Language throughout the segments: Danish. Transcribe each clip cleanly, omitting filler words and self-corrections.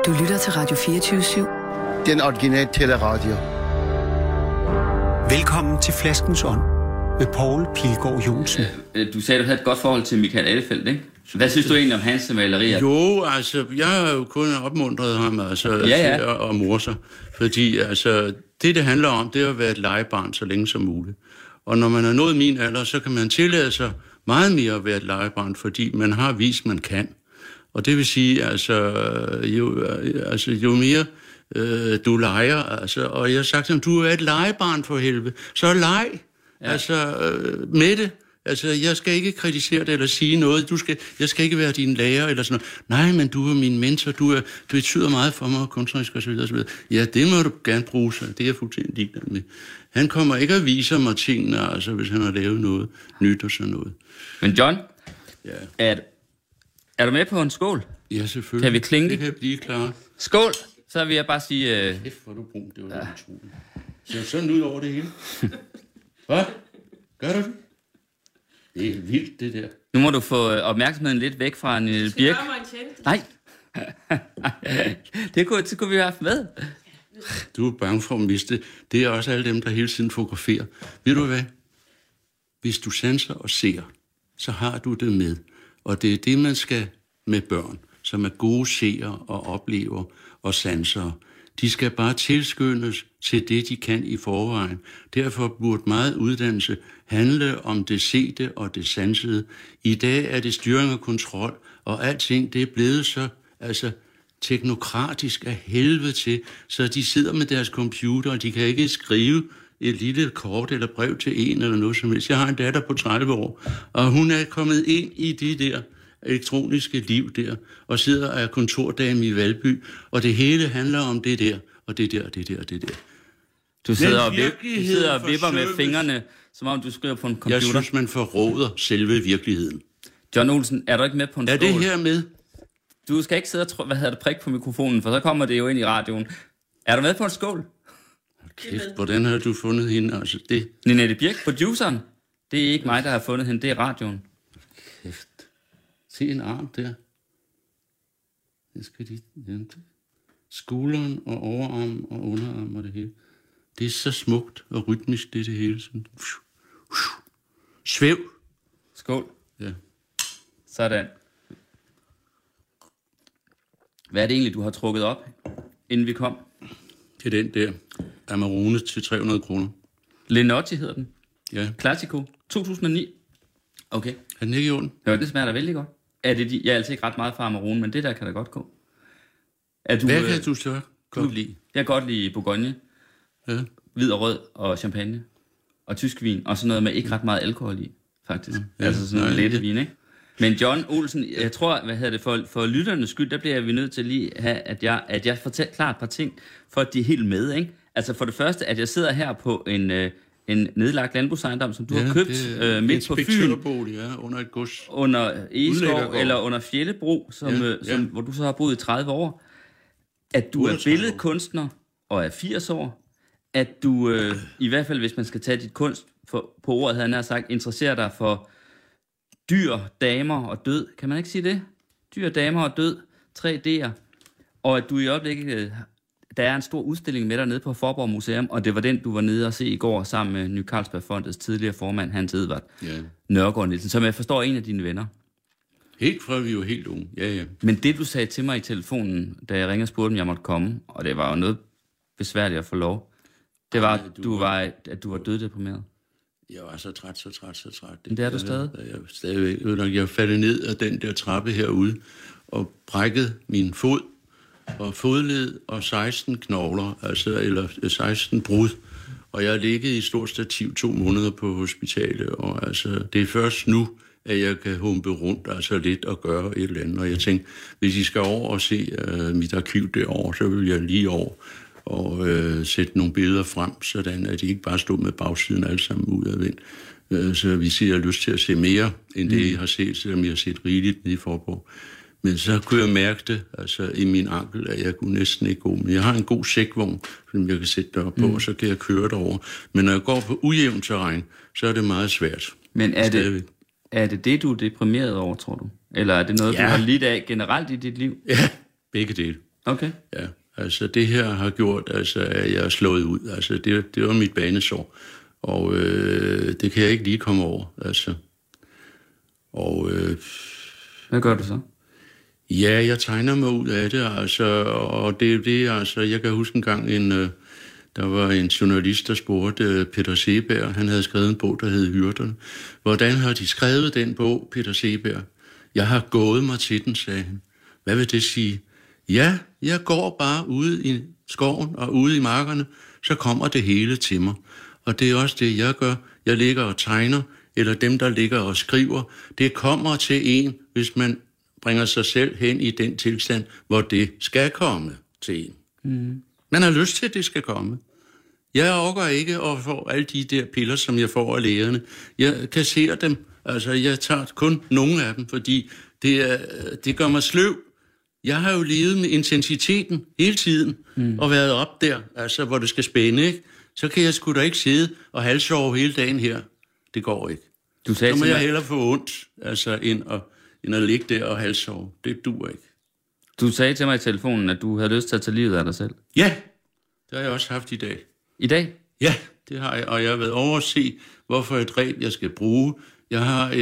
Du lytter til Radio 24/7. Den originale teleradio. Velkommen til Flaskens Ånd med Poul Pilgaard Johnsen. Du sagde, du havde et godt forhold til Michael Ahlefeldt, ikke? Hvad synes du egentlig om hans malerier? Jo, altså, jeg har jo kun opmuntret ham til at morse sig. Fordi altså, det handler om, det er at være et legebarn så længe som muligt. Og når man er nået min alder, så kan man tillade sig meget mere at være et legebarn, fordi man har vist, man kan. Og det vil sige, jo mere du leger, og jeg har sagt til ham, du er et legebarn for helvede, så leg, med det. Altså, jeg skal ikke kritisere det eller sige noget. Jeg skal ikke være din lærer eller sådan noget. Nej, men du er min mentor. Du betyder meget for mig, kunstnerisk og så videre, og så videre. Ja, det må du gerne bruge sig. Det er jeg fuldstændig ligeglad med. Han kommer ikke at vise mig tingene, altså, hvis han har lavet noget nyt og sådan noget. Men John, er du med på en skål? Ja, selvfølgelig. Kan vi klinge? Det kan blive klar. Skål! Så vil jeg bare sige... Kæft, hvor du brun. Det var noget utroligt. Ser sådan ud over det hele? Hvad? Gør du det? Det er vildt, det der. Nu må du få opmærksomheden lidt væk fra en Birk. Nej. det kunne vi have haft med. Du er bange for at miste. Det er også alle dem, der hele tiden fotograferer. Ved du hvad? Hvis du sanser og ser, så har du det med. Og det er det, man skal med børn, som er gode seere og oplever og sansere. De skal bare tilskyndes til det, de kan i forvejen. Derfor burde meget uddannelse handle om det sete og det sansede. I dag er det styring og kontrol, og alting det er blevet så teknokratisk af helvede til, så de sidder med deres computer, og de kan ikke skrive et lille kort eller brev til en eller noget som helst. Jeg har en datter på 30 år, og hun er kommet ind i det der elektroniske liv der, og sidder og er kontordame i Valby, og det hele handler om det der, og det der, og det der, og det der. Du sidder og vipper med fingrene, som om du skriver på en computer. Jeg synes, man forråder selve virkeligheden. John Olsen, er du ikke med på en skål? Er det her med? Du skal ikke sidde og prikke på mikrofonen, for så kommer det jo ind i radioen. Er du med på en skål? Kæft, hvordan har du fundet hende? Altså, det... Ninette Birk, produceren. Det er ikke mig, der har fundet hende, det er radioen. Kæft. Se en arm der. Det skal de hente. Skulderen og overarm og underarm og det hele. Det er så smukt og rytmisk, det hele. Sådan. Svæv. Skål. Ja. Sådan. Hvad er det egentlig, du har trukket op, inden vi kom? Det er den der. Amarone til 300 kroner. Lenotti hedder den. Ja. Classico. 2009. Okay. Er den ikke i orden? Ja, det smager da vældig godt. Jeg er altså ikke ret meget fra Amarone, men det der kan da godt gå. Hvad kan du så godt lide? Jeg kan godt lide Bourgogne. Ja. Hvid og rød og champagne. Og tysk vin. Og sådan noget med ikke ret meget alkohol i, faktisk. Ja. Altså sådan noget lette vin, ikke? Men John Olsen, jeg tror, for lytternes skyld, der bliver vi nødt til lige have, at jeg fortæller klart et par ting, for at de er helt med, ikke? Altså for det første, at jeg sidder her på en nedlagt landbrugsejendom, som du har købt midt på Fyn. Ja, under et gods. Under Egeskov eller under Fjellebro, hvor du så har boet i 30 år. At du er billedkunstner og er 80 år. At du, i hvert fald hvis man skal tage dit kunst på ordet, havde han sagt, interesserer dig for dyr, damer og død. Kan man ikke sige det? Dyr, damer og død. 3D'er. Og at du i øjeblikket... Der er en stor udstilling med dig nede på Forborg Museum, og det var den, du var nede og se i går sammen med Ny Carlsbergfondets tidligere formand, Hans Edvard Nørgaard Nielsen, som jeg forstår en af dine venner. Helt fra vi var helt unge, ja. Men det, du sagde til mig i telefonen, da jeg ringede og spurgte, om jeg måtte komme, og det var jo noget besværligt at få lov, det var, at du var døddeprimeret. Jeg var så træt. Men det er du stadig? Jeg stadigvæk. Jeg faldt ned af den der trappe herude, og brækkede min fod, og fodled og 16 knogler, eller 16 brud. Og jeg har ligget i stort stativ 2 måneder på hospitalet, og det er først nu, at jeg kan humpe rundt lidt og gøre et eller andet. Og jeg tænkte, hvis I skal over og se mit arkiv derovre, så vil jeg lige over og sætte nogle billeder frem, sådan at de ikke bare stod med bagsiden alle sammen ud af vind. Så hvis I har lyst til at se mere, end det I har set, selvom jeg har set rigeligt nede i Forborg. Men så kunne jeg mærke det i min ankel, at jeg kunne næsten ikke gå. Men jeg har en god sækvogn, som jeg kan sætte derop på, og så kan jeg køre derover. Men når jeg går på ujævnt terræn, så er det meget svært. Men er det, du er deprimeret over, tror du? Eller er det noget, du har lidt af generelt i dit liv? Ja, begge dele. Okay. Ja, altså det her har gjort, altså, at jeg er slået ud. Altså det var mit banesår. Og det kan jeg ikke lige komme over, altså. Og... Hvad gør du så? Ja, jeg tegner mig ud af det, altså, og det er det, altså, jeg kan huske en gang, der var en journalist, der spurgte Peter Seeberg, han havde skrevet en bog, der hed Hyrderne. Hvordan har de skrevet den bog, Peter Seeberg? Jeg har gået mig til den, sagde han. Hvad vil det sige? Ja, jeg går bare ude i skoven og ude i markerne, så kommer det hele til mig. Og det er også det, jeg gør. Jeg ligger og tegner, eller dem, der ligger og skriver. Det kommer til en, hvis man bringer sig selv hen i den tilstand, hvor det skal komme til en. Mm. Man har lyst til, at det skal komme. Jeg orker ikke at få alle de der piller, som jeg får af lægerne. Jeg kasserer dem. Altså, jeg tager kun nogle af dem, fordi det gør mig sløv. Jeg har jo levet med intensiteten hele tiden, og været op der, altså, hvor det skal spænde, ikke? Så kan jeg sgu da ikke sidde og halssove hele dagen her. Det går ikke. Så må jeg hellere få ondt, altså, end at ligge der og halssove. Det duer ikke. Du sagde til mig i telefonen, at du havde lyst til at tage livet af dig selv. Ja, det har jeg også haft i dag. I dag? Ja, det har jeg, og jeg har været over at se, hvorfor et ræb jeg skal bruge. Jeg har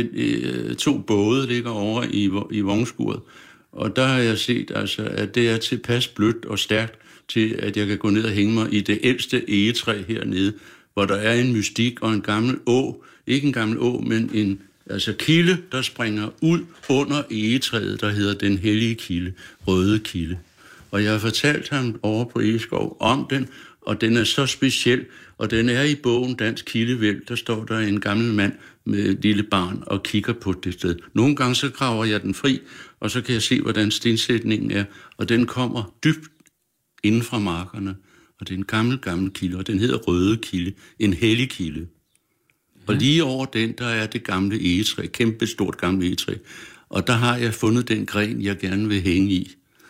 2 både, ligger over i vognskuret, og der har jeg set, altså, at det er tilpas blødt og stærkt til, at jeg kan gå ned og hænge mig i det ældste egetræ hernede, hvor der er en mystik og en gammel å, ikke en gammel å, men en kilde, der springer ud under egetræet, der hedder den hellige kilde, røde kilde. Og jeg har fortalt ham over på Egeskov om den, og den er så speciel, og den er i bogen Dansk Kildevæld. Der står der en gammel mand med et lille barn og kigger på det sted. Nogle gange så graver jeg den fri, og så kan jeg se, hvordan stensætningen er, og den kommer dybt inden fra markerne. Og det er en gammel kilde, og den hedder Røde Kilde, en hellig kilde. Ja. Og lige over den, der er det gamle egetræ, kæmpe stort gamle egetræ. Og der har jeg fundet den gren, jeg gerne vil hænge i.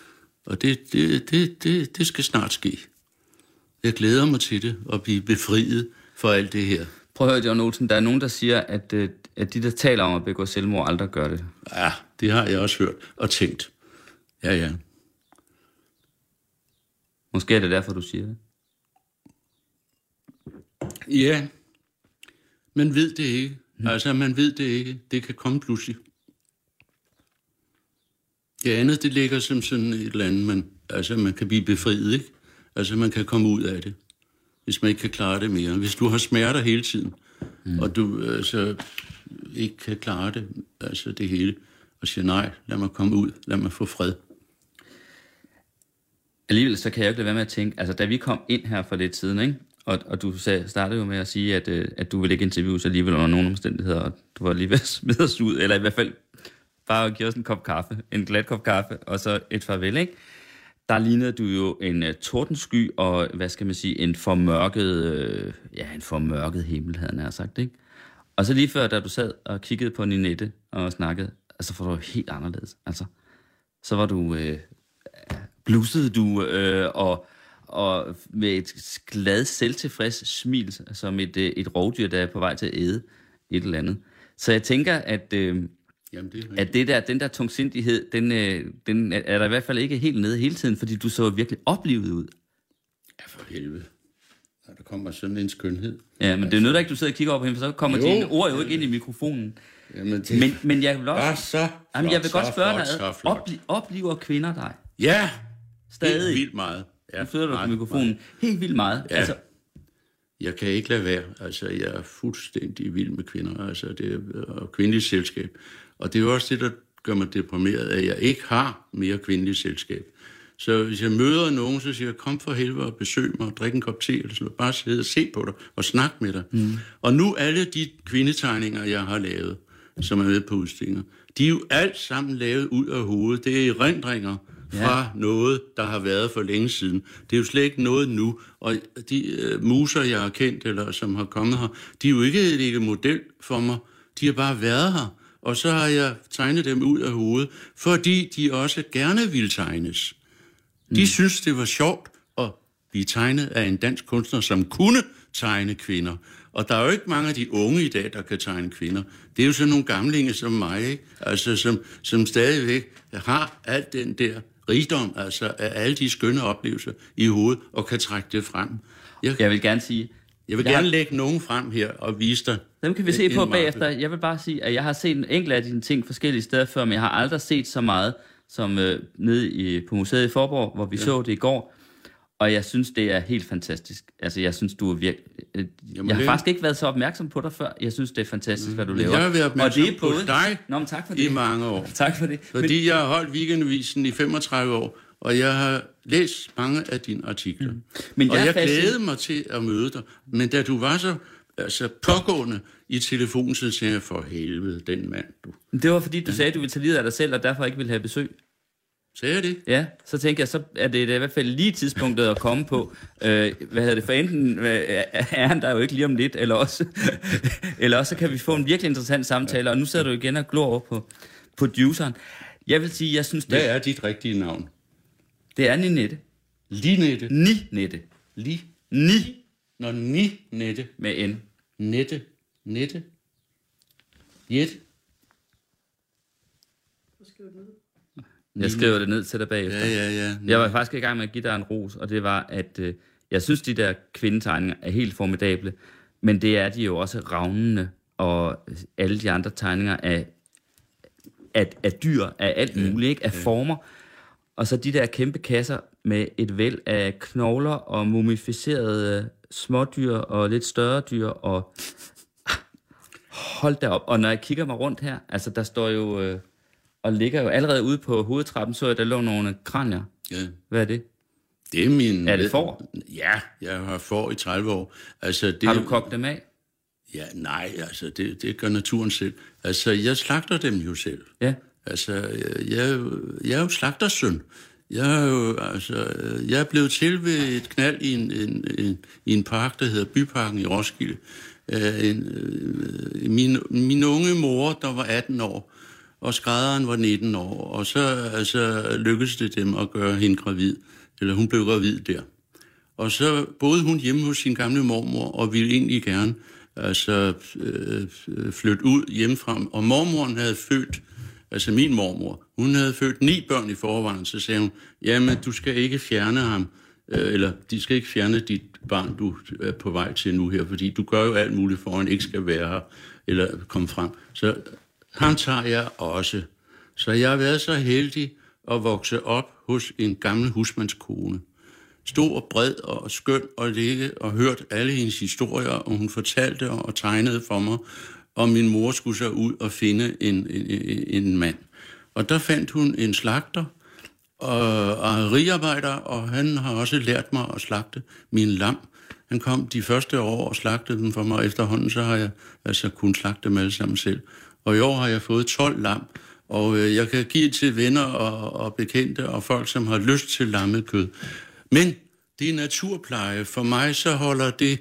Og det skal snart ske. Jeg glæder mig til det, at blive befriet for alt det her. Prøv at høre, John Olsen, der er nogen, der siger, at de, der taler om at begå selvmord, aldrig gør det. Ja, det har jeg også hørt og tænkt. Ja. Måske er det derfor, du siger det. Ja, man ved det ikke. Altså, man ved det ikke. Det kan komme pludselig. Det andet, det ligger som sådan et eller andet, man kan blive befriet, ikke? Altså, man kan komme ud af det, hvis man ikke kan klare det mere. Hvis du har smerter hele tiden, og du ikke kan klare det, altså det hele, og siger nej, lad mig komme ud, lad mig få fred. Alligevel så kan jeg jo ikke lade være med at tænke, altså da vi kom ind her for lidt siden, ikke? Og du startede jo med at sige, at du ville ikke interviews alligevel under nogen omstændigheder, og du var lige ved at smide os ud, eller i hvert fald bare give os en kop kaffe, en glat kop kaffe, og så et farvel, ikke? Der lignede du jo en tordensky og, hvad skal man sige, en formørket himmel, havde han sagt, ikke? Og så lige før, da du sad og kiggede på Ninette og snakkede, altså for du var helt anderledes, altså. Så var du, blussede du, og med et glad, selvtilfreds smil, som et rovdyr, der er på vej til at æde et eller andet. Så jeg tænker, at den der tungsindighed, den er der i hvert fald ikke helt nede hele tiden, fordi du så virkelig oplivet ud. Ja, for helvede. Der kommer sådan en skønhed. Ja, men det er noget, der ikke du sidder og kigger over på hende, for så kommer dine ord jo ikke ind i mikrofonen. Jamen, men jeg vil også... jeg vil godt spørge dig, oplever kvinder dig? Ja, stadig. Helt vildt meget. Ja, nu flytter du på mikrofonen. Meget. Helt vildt meget. Ja. Altså, jeg kan ikke lade være. Altså, jeg er fuldstændig vild med kvinder. Altså, det er kvindeligt selskab. Og det er jo også det, der gør mig deprimeret, at jeg ikke har mere kvindeligt selskab. Så hvis jeg møder nogen, så siger jeg, kom for helvede og besøg mig og drik en kop te, eller sådan noget. Bare sidde og se på dig og snakke med dig. Og nu alle de kvindetegninger, jeg har lavet, som er med på udstillinger, de er jo alt sammen lavet ud af hovedet. Det er erindringer fra noget, der har været for længe siden. Det er jo slet ikke noget nu. Og de muser, jeg har kendt, eller som har kommet her, de er jo ikke model for mig. De har bare været her. Og så har jeg tegnet dem ud af hovedet, fordi de også gerne ville tegnes. De synes, det var sjovt at blive tegnet af en dansk kunstner, som kunne tegne kvinder. Og der er jo ikke mange af de unge i dag, der kan tegne kvinder. Det er jo sådan nogle gamlinge som mig, ikke? Altså, som stadigvæk har alt den der rigdom, altså af alle de skønne oplevelser i hovedet, og kan trække det frem. Jeg vil gerne sige... Jeg vil gerne lægge nogen frem her og vise dig. Dem kan vi se på bagefter. Jeg vil bare sige, at jeg har set en enkelt af dine ting forskellige steder før, men jeg har aldrig set så meget som nede på museet i Forborg, hvor vi så det i går. Og jeg synes, det er helt fantastisk. Altså, jeg synes, du er virkelig... Jeg har faktisk ikke været så opmærksom på dig før. Jeg synes, det er fantastisk, hvad du laver. Jeg har været opmærksom på dig tak for det. I mange år. Tak for det. Fordi jeg har holdt Weekendavisen i 35 år, og jeg har læst mange af dine artikler. Men jeg glædede mig til at møde dig. Men da du var så pågående i telefonen, så sagde jeg, for helvede, den mand, du. Det var fordi, du sagde, at du ville tage livet af dig selv, og derfor ikke ville have besøg. Sagde jeg det? Ja, så tænker jeg, så er det i hvert fald lige tidspunktet at komme på. For enten er han der jo ikke lige om lidt, eller også kan vi få en virkelig interessant samtale, og nu sidder du igen og glor over på produceren. Jeg vil sige, jeg synes... Hvad er dit rigtige navn? Det er Ninette. Linette? Ninette. Nå, Ninette. Med N. Nette. Jet. Jeg skriver det ned til dig bagefter. Ja. Jeg var faktisk i gang med at give dig en ros, og det var, at jeg synes, de der kvindetegninger er helt formidable, men det er de jo også ravnende, og alle de andre tegninger af dyr, af alt muligt, ikke? Af former. Og så de der kæmpe kasser med et væld af knogler og mumificerede smådyr og lidt større dyr, og hold da op. Og når jeg kigger mig rundt her, altså der står jo... og ligger jo allerede ude på hovedtrappen, så der lå nogle kranier. Ja. Hvad er det? Det er min... Er det får? Ja, jeg har får i 30 år. Altså, det... Har du kogt dem af? Ja, nej, altså det gør naturen selv. Altså, jeg slagter dem jo selv. Ja. Altså, jeg er jo slagtersøn. Jeg er blevet til ved et knald i en park, der hedder Byparken i Roskilde. Min unge mor, der var 18 år, og skrædderen var 19 år, og så lykkedes det dem at gøre hende gravid, eller hun blev gravid der. Og så boede hun hjemme hos sin gamle mormor, og ville egentlig gerne flytte ud hjemmefra. Og mormoren havde født, altså min mormor, hun havde født 9 børn i forvejen, så sagde hun, jamen du skal ikke fjerne ham, eller de skal ikke fjerne dit barn, du er på vej til nu her, fordi du gør jo alt muligt for, at han ikke skal være her, eller komme frem. Så ham tager jeg også. Så jeg har været så heldig at vokse op hos en gammel husmandskone. Stor, bred og skøn og ligge og hørt alle hendes historier, og hun fortalte og tegnede for mig, og min mor skulle så ud og finde en mand. Og der fandt hun en slagter og rigearbejder, og han har også lært mig at slagte min lam. Han kom de første år og slagtede dem for mig. Efterhånden så har jeg kunnet slagte dem alle sammen selv. Og i år har jeg fået 12 lam, og jeg kan give til venner og bekendte og folk, som har lyst til lammekød. Men det er naturpleje. For mig så holder det,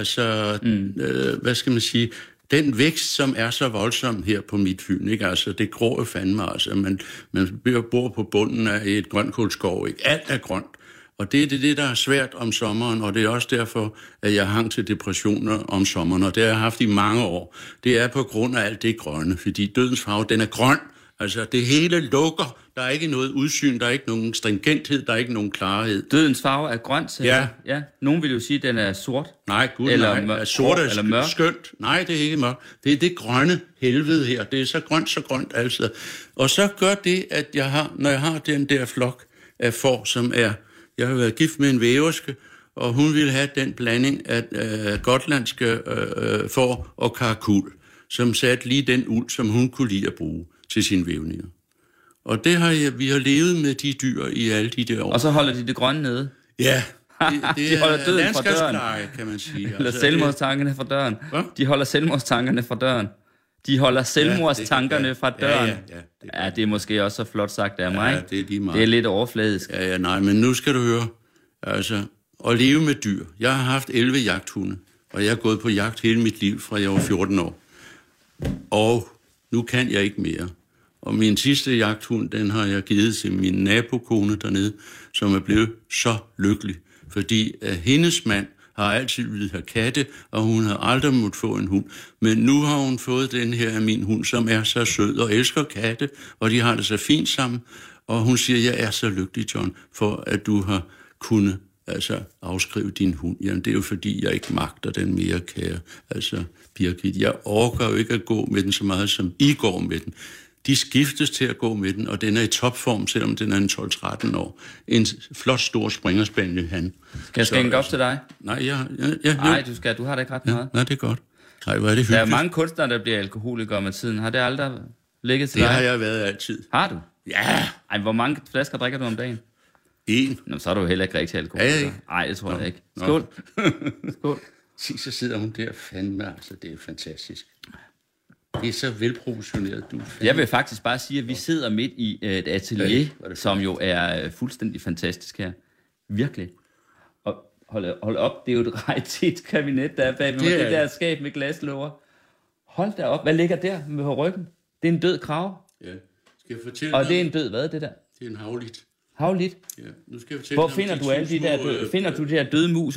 hvad skal man sige, den vækst, som er så voldsom her på mit Fyn, ikke? Altså, det grår jo fandme, altså. Man bor på bunden af et grønkålskov, ikke? Alt er grønt. Og det er det, der er svært om sommeren, og det er også derfor, at jeg hang til depressioner om sommeren, og det har jeg haft i mange år. Det er på grund af alt det grønne, fordi dødens farve, den er grøn. Altså, det hele lukker. Der er ikke noget udsyn, der er ikke nogen stringenthed, der er ikke nogen klarhed. Dødens farve er grøn, ja. Ja. Nogen vil jo sige, at den er sort. Nej, gud, nej. Sort er skønt. Nej, det er ikke mørkt. Det er det grønne helvede her. Det er så grønt altså. Og så gør det, at når jeg har den der flok af får, som er... Jeg har været gift med en væverske, og hun ville have den blanding af gotlandske får og karakul, som satte lige den uld, som hun kunne lide at bruge til sine vævninger. Og vi har levet med de dyr i alle de der år. Og så holder de det grønne nede? Ja, de holder døden fra døren. Kan man sige. Eller selvmordstankerne fra døren. Hvad? De holder selvmordstankerne fra døren. De holder selvmordstankerne fra døren. Ja, det er måske også så flot sagt af mig. Ja, det er lige meget. Det er lidt overfladisk. Ja, nej, men nu skal du høre. Altså, at leve med dyr. Jeg har haft 11 jagthunde, og jeg har gået på jagt hele mit liv, fra jeg var 14 år. Og nu kan jeg ikke mere. Og min sidste jagthund, den har jeg givet til min nabokone dernede, som er blevet så lykkelig. Fordi hendes mand har altid ville have katte, og hun har aldrig måttet få en hund. Men nu har hun fået den her af min hund, som er så sød og elsker katte, og de har det så fint sammen. Og hun siger, jeg er så lykkelig, John, for at du har kunnet afskrive din hund. Jamen, det er jo fordi, jeg ikke magter den mere, kære. Birgit, jeg orker jo ikke at gå med den så meget, som I går med den. De skiftes til at gå med den, og den er i topform, selvom den er en 12-13 år. En flot, stor springerspaniel, han. Skal jeg skænke op til dig? Nej, Nej, du har da ikke ret meget. Nej, det er godt. Nej, hvor er det hyggeligt. Der er mange kunstnere, der bliver alkoholikere med tiden. Har det aldrig ligget til dig? Det har jeg været altid. Har du? Ja. Ej, hvor mange flasker drikker du om dagen? 1. Nå, så er du jo heller ikke rigtig alkoholiker. Nej, det tror jeg ikke. Skål. Skål. Så sidder hun der fandme, det er fantastisk. Det er så velproportioneret, du. Jeg vil faktisk bare sige, at vi sidder midt i et atelier, som jo er fuldstændig fantastisk her. Virkelig. Og hold op, det er jo et raritetskabinet, der er bag med det der skab med glaslåger. Hold da op. Hvad ligger der med ryggen? Det er en død krave. Ja. Skal jeg fortælle Og det er en død, hvad er det der? Det er en havlit. Havlit? Ja, nu skal jeg fortælle. Hvor finder du alle de der finder du de her døde mus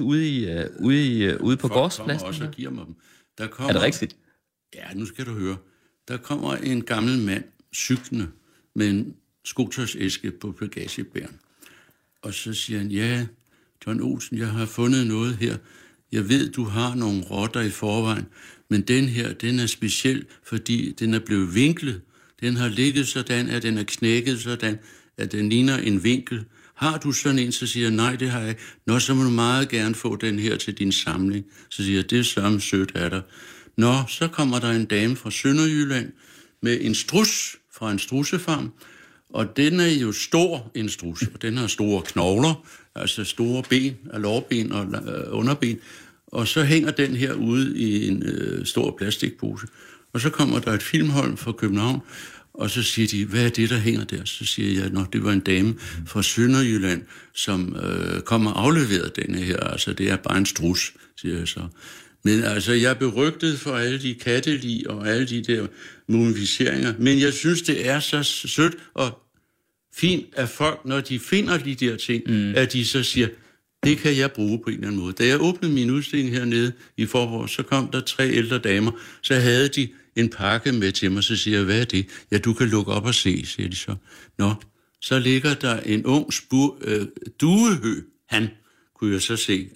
ude på gårdspladsen? Også giver mig dem. Er det rigtigt? Ja, nu skal du høre. Der kommer en gammel mand cyklende med en skotøjsæske på bagagebæren. Og så siger han, ja, John Olsen, jeg har fundet noget her. Jeg ved, du har nogle rotter i forvejen, men den her, den er speciel, fordi den er blevet vinklet. Den har ligget sådan, at den er knækket sådan, at den ligner en vinkel. Har du sådan en, så siger jeg, nej, det har jeg ikke. Nå, så må du meget gerne få den her til din samling. Så siger jeg, det er sørme sødt af dig. Nå, så kommer der en dame fra Sønderjylland med en strus fra en strussefarm, og den er jo stor, en strus, og den har store knogler, altså store ben, lårben og underben, og så hænger den her ude i en stor plastikpose. Og så kommer der et filmhold fra København, og så siger de, hvad er det, der hænger der? Så siger jeg, det var en dame fra Sønderjylland, som kom og afleverede denne her, altså det er bare en strus, siger jeg så. Men altså, jeg er berygtet for alle de kattelig og alle de der mumificeringer, men jeg synes, det er så sødt og fint, at folk, når de finder de der ting, at de så siger, det kan jeg bruge på en eller anden måde. Da jeg åbnede min udstilling hernede i Forborg, så kom der 3 ældre damer, så havde de en pakke med til mig, så siger jeg, hvad er det? Ja, du kan lukke op og se, siger de så. Nå, så ligger der en ung duehø, han kunne jeg så se,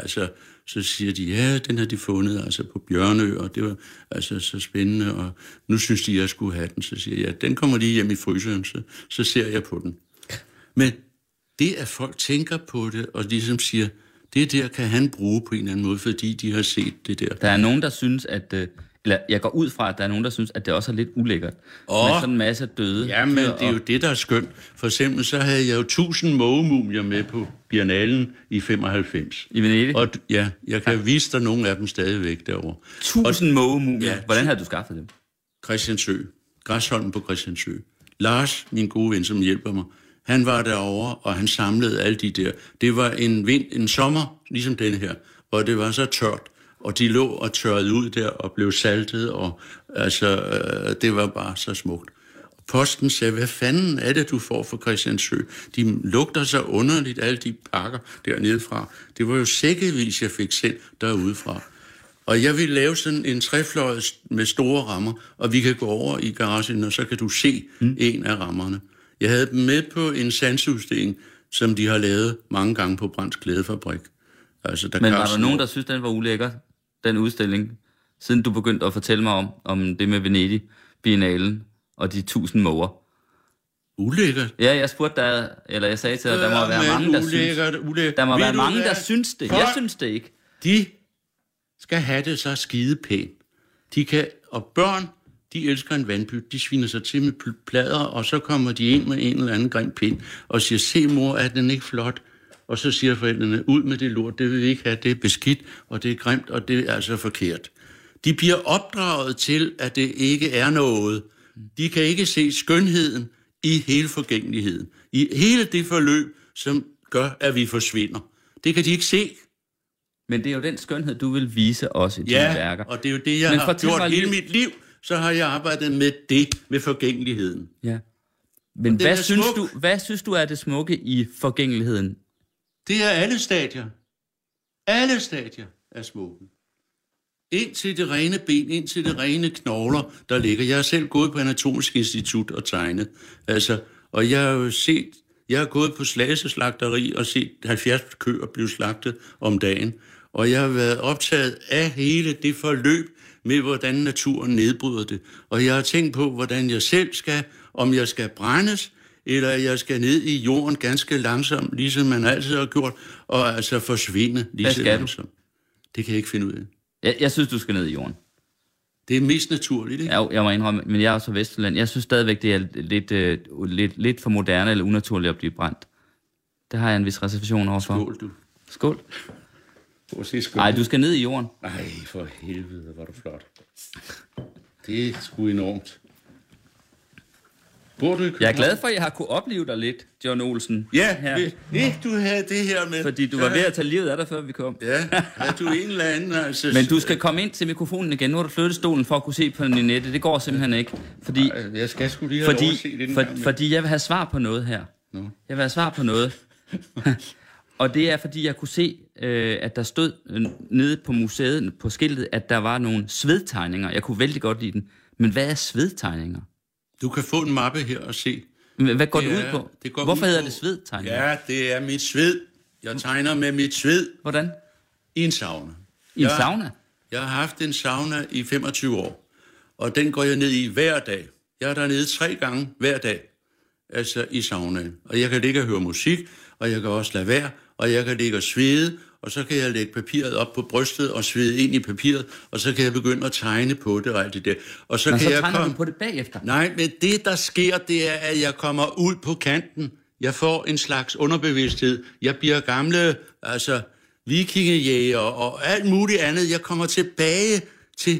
så siger de, ja, den har de fundet på Bjørnø, og det var altså så spændende, og nu synes de, jeg skulle have den. Så siger jeg, ja, den kommer lige hjem i fryseren, så ser jeg på den. Men det, at folk tænker på det, og ligesom siger, det der kan han bruge på en eller anden måde, fordi de har set det der. Der er nogen, der synes, eller jeg går ud fra, at der er nogen, der synes, at det også er lidt ulækkert. Med sådan en masse døde. Ja, men det er jo det, der er skønt. For eksempel så havde jeg jo 1000 mågemumier med på Biennalen i 95. I Venedig? Og ja, jeg kan vise dig nogle af dem stadigvæk derovre. 1000 mågemumier? Ja. Hvordan havde du skaffet dem? Christiansø. Græsholm på Christiansø. Lars, min gode ven, som hjælper mig, han var derovre, og han samlede alle de der. Det var en sommer, ligesom den her, hvor det var så tørt. Og de lå og tørrede ud der og blev saltet, og det var bare så smukt. Posten sagde, hvad fanden er det, du får fra Christiansø? De lugter så underligt, alle de pakker dernede fra. Det var jo sækkevis, jeg fik sendt derudefra. Og jeg ville lave sådan en trefløjet med store rammer, og vi kan gå over i garagen, og så kan du se en af rammerne. Jeg havde dem med på en sandsudstilling, som de har lavet mange gange på Brands Klædefabrik. Men var der nogen, der synes, den var ulækker, den udstilling, siden du begyndte at fortælle mig om det med Venedig, Biennalen og de 1000 måger? Ulækkert? Ja, jeg spurgte dig, eller jeg sagde til dig, der må være mange, der synes. Der må være mange, der synes det. Jeg synes det ikke. De skal have det så skide pænt. De kan, og børn, de elsker en vandpyt. De sviner sig til med plader, og så kommer de ind med en eller anden grim pind og siger, se mor, er den ikke flot? Og så siger forældrene, ud med det lort, det vil vi ikke have, det er beskidt, og det er grimt, og det er altså forkert. De bliver opdraget til, at det ikke er noget. De kan ikke se skønheden i hele forgængeligheden. I hele det forløb, som gør, at vi forsvinder. Det kan de ikke se. Men det er jo den skønhed, du vil vise også i dine værker. Og det er jo det, jeg har gjort hele mit liv. Så har jeg arbejdet med det, med forgængeligheden. Ja. Men hvad synes du er det smukke i forgængeligheden? Det er alle stadier. Alle stadier er smukke. Ind til det rene ben, ind til det rene knogler, der ligger. Jeg har selv gået på Anatomisk Institut og tegnet. Altså, og jeg har jo set, jeg har gået på Slagelse slagteri og set 70 køer blive slagtet om dagen. Og jeg har været optaget af hele det forløb med, hvordan naturen nedbryder det. Og jeg har tænkt på, hvordan jeg selv skal, om jeg skal brændes, eller jeg skal ned i jorden ganske langsomt, ligesom man altid har gjort, og altså forsvinde lige så langsomt. Det kan jeg ikke finde ud af. Jeg synes, du skal ned i jorden. Det er mest naturligt, ikke? Ja, jeg må indrømme, men jeg er også fra Vestjylland. Jeg synes stadigvæk, det er lidt for moderne eller unaturligt at blive brændt. Det har jeg en vis reservation overfor. Skål, du. Skål. Nej, du skal ned i jorden. Nej, for helvede, hvor er du flot. Det er sgu enormt. Bor du i København? Jeg er glad for, at jeg har kunne opleve dig lidt, John Olsen. Ja, ikke du havde det her med. Fordi du var ved at tage livet af dig, før vi kom. Ja, er du en eller anden, altså. Men du skal komme ind til mikrofonen igen. Nu har du flyttet stolen for at kunne se på Ninette. Det går simpelthen ikke. Fordi, jeg skal sgu lige have overset det. Fordi jeg vil have svar på noget her. No. Jeg vil have svar på noget. Og det er, fordi jeg kunne se, at der stod nede på museet, på skiltet, at der var nogle svedtegninger. Jeg kunne vældig godt lide den. Men hvad er svedtegninger? Du kan få en mappe her og se. Men hvad går det ud på? Hvorfor hedder det svedtegninger? Ja, det er mit sved. Jeg tegner med mit sved. Hvordan? I en sauna. I en sauna? Jeg har haft en sauna i 25 år. Og den går jeg ned i hver dag. Jeg er dernede 3 gange hver dag. Altså i saunaen. Og jeg kan ligge og høre musik, og jeg kan også lade være, og jeg kan ligge og svede, og så kan jeg lægge papiret op på brystet og svede ind i papiret, og så kan jeg begynde at tegne på det og alt det der. Og så, kan jeg tegner du på det bagefter? Nej, men det der sker, det er, at jeg kommer ud på kanten. Jeg får en slags underbevidsthed. Jeg bliver gamle, altså vikingejæger og alt muligt andet. Jeg kommer tilbage til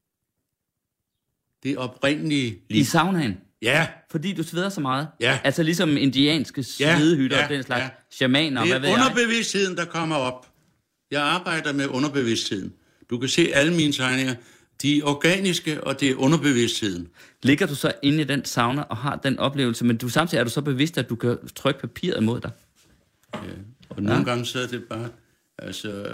det oprindelige liv. I saunaen? Ja. Fordi du sveder så meget? Ja. Altså ligesom indianske svedehytter og den slags shamaner, hvad ved jeg? Det er underbevidstheden, der kommer op. Jeg arbejder med underbevidstheden. Du kan se alle mine tegninger. De er organiske, og det er underbevidstheden. Ligger du så inde i den sauna og har den oplevelse, men samtidig er du så bevidst, at du kan trykke papiret mod dig? Ja, og nogle gange så er det bare... Altså,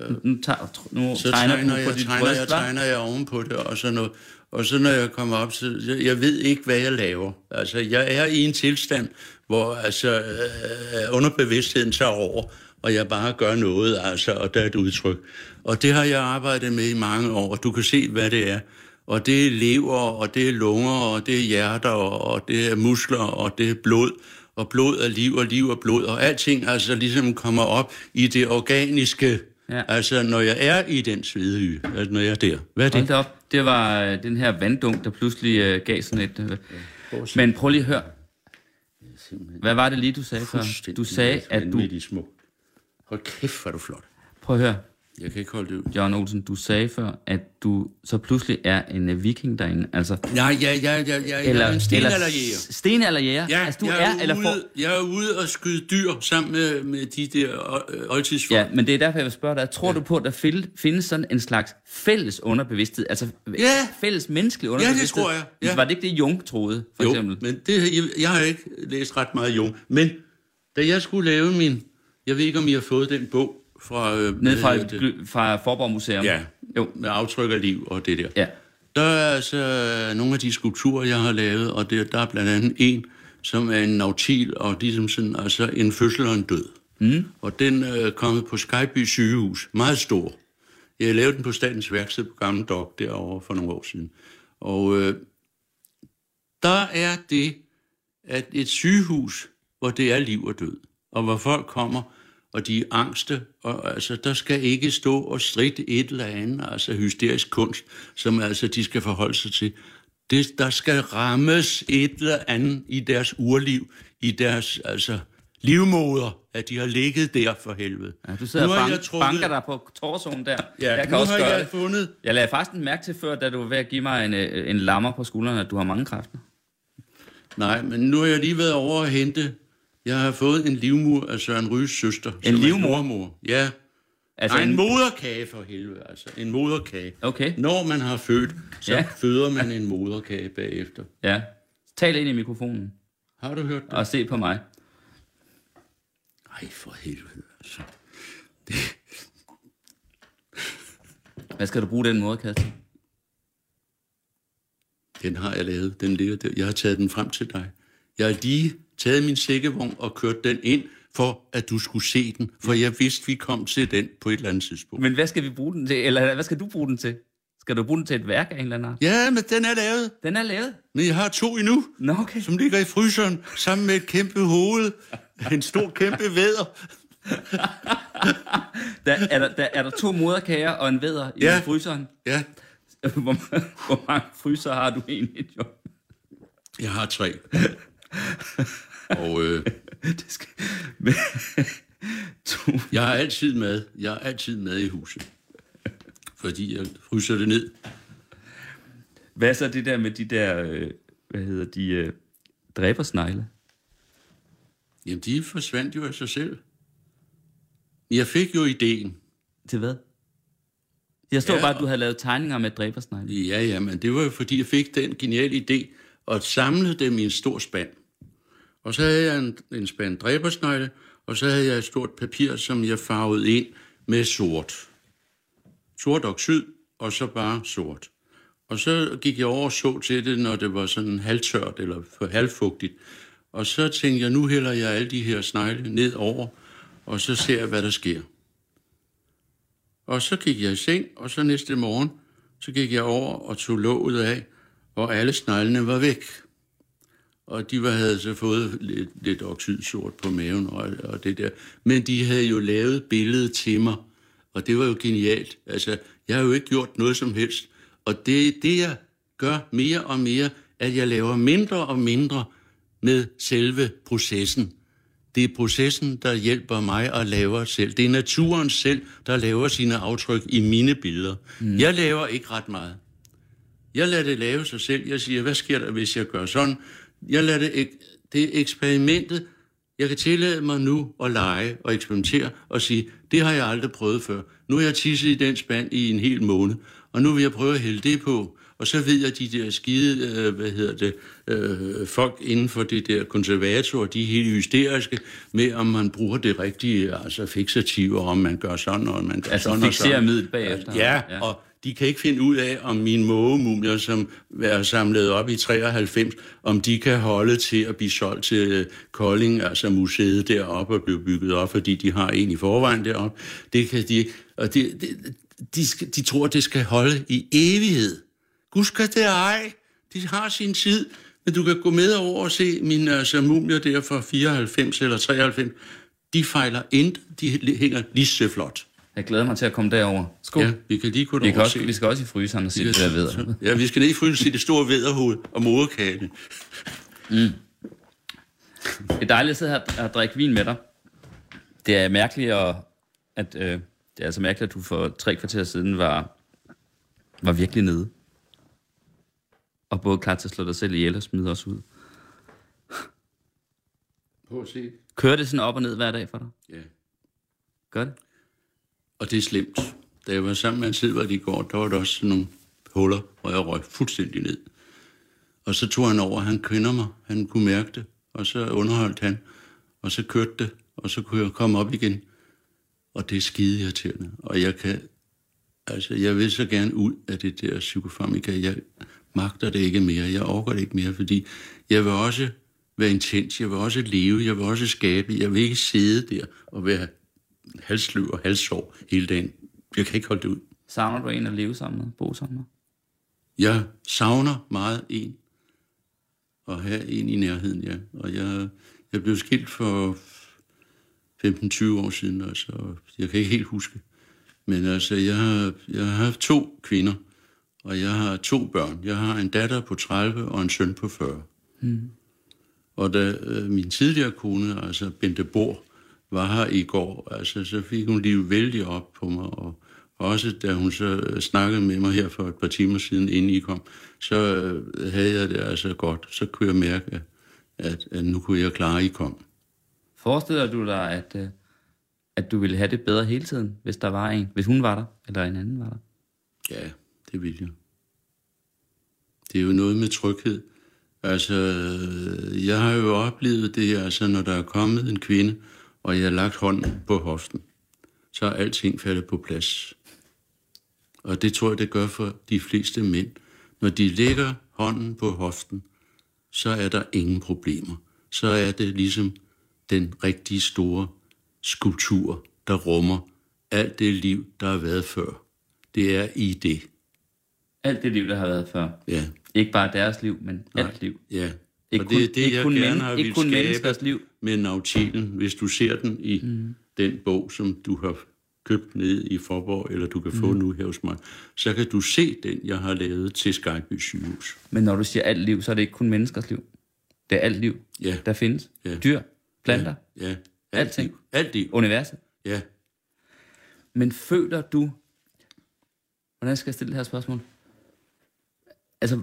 nu så tegner jeg ovenpå det, og sådan noget. Og så når jeg kommer op, så jeg ved ikke, hvad jeg laver. Altså, jeg er i en tilstand, hvor altså, underbevidstheden tager over, og jeg bare gør noget, altså, og der er et udtryk. Og det har jeg arbejdet med i mange år, og du kan se, hvad det er. Og det er lever, og det er lunger, og det er hjerter, og det er muskler, og det er blod. Og blod er liv, og liv er blod, og alting altså ligesom kommer op i det organiske. Ja. Altså, når jeg er i den svedehy, altså, når jeg er der. Hvad er det? Hold da op. Det var den her vanddunk, der pludselig gav sådan et... Men prøv lige at høre. Hvad var det lige, du sagde før? Du sagde, at du... Hold kæft, hvor er du flot. Prøv at høre. Jeg kan ikke holde det ud. John Olsen, du sagde før, at du så pludselig er en viking derinde. Altså, nej, jeg er en stenalderjæger. Stenalderjæger? Ja, altså, jeg er ude og skyde dyr sammen med de der oldtidsfolk. Ja, men det er derfor, jeg vil spørge dig. Tror du på, at der findes sådan en slags fælles underbevidsthed? Altså fælles menneskelig underbevidsthed? Ja, det tror jeg. Ja. Var det ikke det, Jung troede, for eksempel? Men jeg har ikke læst ret meget Jung. Men da jeg skulle lave min... Jeg ved ikke, om I har fået den bog, fra Forborg Museum. Ja, jo. Med aftryk af liv og det der. Ja. Der er altså nogle af de skulpturer, jeg har lavet, og der er blandt andet en, som er en nautil, og ligesom sådan, altså en fødsel og en død. Mm. Og den er kommet på Skejby sygehus. Meget stor. Jeg lavede den på Statens Værksted på Gamle Dok derovre for nogle år siden. Og der er det, at et sygehus, hvor det er liv og død, og hvor folk kommer, og de er angste, og altså, der skal ikke stå og stride et eller andet, altså hysterisk kunst, som altså de skal forholde sig til. Der skal rammes et eller andet i deres urliv, i deres altså livmoder, at de har ligget der for helvede. Ja, du sidder og banker dig på torsoen der. Ja, jeg kan også gøre det. Fundet. Jeg lagde faktisk mærke til før, da du var ved at give mig en lammer på skuldrene, at du har mange kræfter. Nej, men nu har jeg lige været over at hente. Jeg har fået en livmor af Søren Ryges søster. En livmor? Ja. Altså en moderkage for helvede, altså. En moderkage. Okay. Når man har født, så føder man en moderkage bagefter. Ja. Tal ind i mikrofonen. Har du hørt det? Og se på mig. Ej, for helvede, altså. Hvad skal du bruge den moderkasse til? Den har jeg lavet. Den ligger der. Jeg har taget den frem til dig. Jeg har lige taget min sækkevogn og kørt den ind, for at du skulle se den. For jeg vidste, vi kom til den på et eller andet tidspunkt. Men hvad skal vi bruge den til? Eller hvad skal du bruge den til? Skal du bruge den til et værk af en eller anden art? Ja, men den er lavet. Den er lavet? Men jeg har 2 endnu, okay. Som ligger i fryseren, sammen med et kæmpe hoved. En stor kæmpe vædder. Er der 2 moderkager og en vædder i fryseren? Ja. Hvor mange fryser har du egentlig, John? Jeg har 3. Og jeg har altid mad. Jeg har altid mad i huset. Fordi jeg fryser det ned. Hvad er så det der med de der, dræbersnegle? Jamen, de forsvandt jo af sig selv. Jeg fik jo ideen. Til hvad? Jeg stod bare, at du havde lavet tegninger med dræbersnegle. Ja, men det var jo fordi, jeg fik den geniale idé at samle dem i en stor spand. Og så havde jeg en spand dræbersnegle, og så havde jeg et stort papir, som jeg farvede ind med sort. Sort oxid, og så bare sort. Og så gik jeg over og så til det, når det var sådan halvtørt eller for halvfugtigt. Og så tænkte jeg, nu hælder jeg alle de her snegle ned over, og så ser jeg, hvad der sker. Og så gik jeg i seng, og så næste morgen, så gik jeg over og tog låget af, og alle sneglene var væk. Og de havde så fået lidt oxidsort på maven og det der. Men de havde jo lavet billedet til mig, og det var jo genialt. Altså, jeg har jo ikke gjort noget som helst. Og det er det, jeg gør mere og mere, at jeg laver mindre og mindre med selve processen. Det er processen, der hjælper mig at lave selv. Det er naturen selv, der laver sine aftryk i mine billeder. Jeg laver ikke ret meget. Jeg lader det lave sig selv. Jeg siger, hvad sker der, hvis jeg gør sådan? Jeg lader det er eksperimentet. Jeg kan tillade mig nu at lege og eksperimentere og sige, det har jeg aldrig prøvet før. Nu har jeg tisset i den spand i en hel måned, og nu vil jeg prøve at hælde det på. Og så ved jeg, de der skide, folk inden for det der konservator, de er helt hysteriske med, om man bruger det rigtige, altså fixativer, om man gør sådan, og man gør altså sådan og sådan. Altså midlet bagefter. Ja, og de kan ikke finde ud af, om mine mågemumier, som er samlet op i 93, om de kan holde til at blive solgt til Kolding, altså museet deroppe, og blive bygget op, fordi de har en i forvejen deroppe. Det kan de, og de tror, det skal holde i evighed. Gud skal det ej. De har sin tid. Men du kan gå med over og se mine mumier der fra 94 eller 93. De fejler intet. De hænger lige så flot. Jeg glæder mig til at komme derover. Skål. Ja, vi kan lige gå derover. Vi skal også i fryseren og se det der vædder. Ja, vi skal ned i fryseren og se det store vædderhoved og moderkage. Det er dejligt at sidde her og drikke vin med dig. Det er mærkeligt, det er altså mærkeligt, at du for 3 kvarter siden var virkelig nede. Og både klar til at slå dig selv ihjel og smide os ud. Prøv at se. Kører det sådan op og ned hver dag for dig? Ja. Gør det? Og det er slemt. Da jeg var sammen med en Silvert i går, der var der også sådan nogle huller, hvor jeg røg fuldstændig ned. Og så tog han over, han kender mig, han kunne mærke det, og så underholdt han, og så kørte det, og så kunne jeg komme op igen. Og det er skide irriterende. Og jeg vil så gerne ud af det der psykofarmika. Jeg magter det ikke mere, jeg orker det ikke mere, fordi jeg vil også være intens, jeg vil også leve, jeg vil også skabe, jeg vil ikke sidde der og være halsløv og halssår hele dagen. Jeg kan ikke holde det ud. Savner du en at leve sammen med, bo sammen med? Jeg savner meget en. At have en i nærheden, ja. Og jeg blev skilt for 15-20 år siden, altså. Jeg kan ikke helt huske. Men altså, jeg har haft 2 kvinder, og jeg har 2 børn. Jeg har en datter på 30 og en søn på 40. Og da min tidligere kone, altså Bente Bohr, var her i går, altså, så fik hun lige vældig op på mig, og også da hun så snakkede med mig her for et par timer siden, inden I kom, så havde jeg det altså godt. Så kunne jeg mærke, at nu kunne jeg klare, at I kom. Forestiller du dig, at du ville have det bedre hele tiden, hvis der var en, hvis hun var der, eller en anden var der? Ja, det vil jeg. Det er jo noget med tryghed. Altså, jeg har jo oplevet det, altså, når der er kommet en kvinde, og jeg har lagt hånden på hoften, så er alting faldet på plads. Og det tror jeg, det gør for de fleste mænd. Når de lægger hånden på hoften, så er der ingen problemer. Så er det ligesom den rigtig store skulptur, der rummer alt det liv, der har været før. Det er i det. Alt det liv, der har været før. Ja. Ikke bare deres liv, men alt liv. Ja. Ikke og det er det, jeg gerne har vil skabe menneskers liv. Med Nautilen. Hvis du ser den i den bog, som du har købt ned i Forborg, eller du kan få nu her hos mig, så kan du se den, jeg har lavet til Skejby Sygehus. Men når du siger alt liv, så er det ikke kun menneskers liv. Det er alt liv, der findes. Ja. Dyr, planter, alting. Alt liv. Universet. Ja. Men føler du... Hvordan skal jeg stille det her spørgsmål? Altså,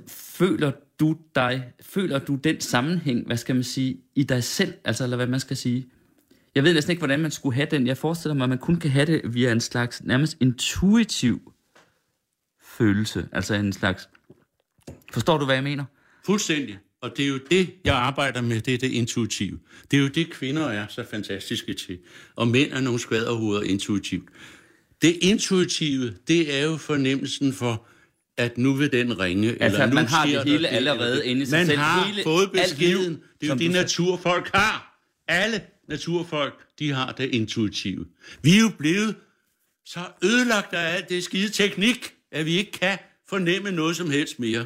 føler du den sammenhæng, hvad skal man sige, i dig selv? Altså, eller hvad man skal sige? Jeg ved næsten ikke, hvordan man skulle have den. Jeg forestiller mig, at man kun kan have det via en slags nærmest intuitiv følelse. Altså en slags... Forstår du, hvad jeg mener? Fuldstændig. Og det er jo det, jeg arbejder med, det er det intuitive. Det er jo det, kvinder er så fantastiske til. Og mænd er nogle skvaderhoveder intuitivt. Det intuitive, det er jo fornemmelsen for, at nu vil den ringe. Altså, eller nu man har det hele det, allerede inde i sig man selv. Man har fået beskeden. Det er jo det, naturfolk har. Alle naturfolk, de har det intuitive. Vi er jo blevet så ødelagt af alt det skide teknik, at vi ikke kan fornemme noget som helst mere.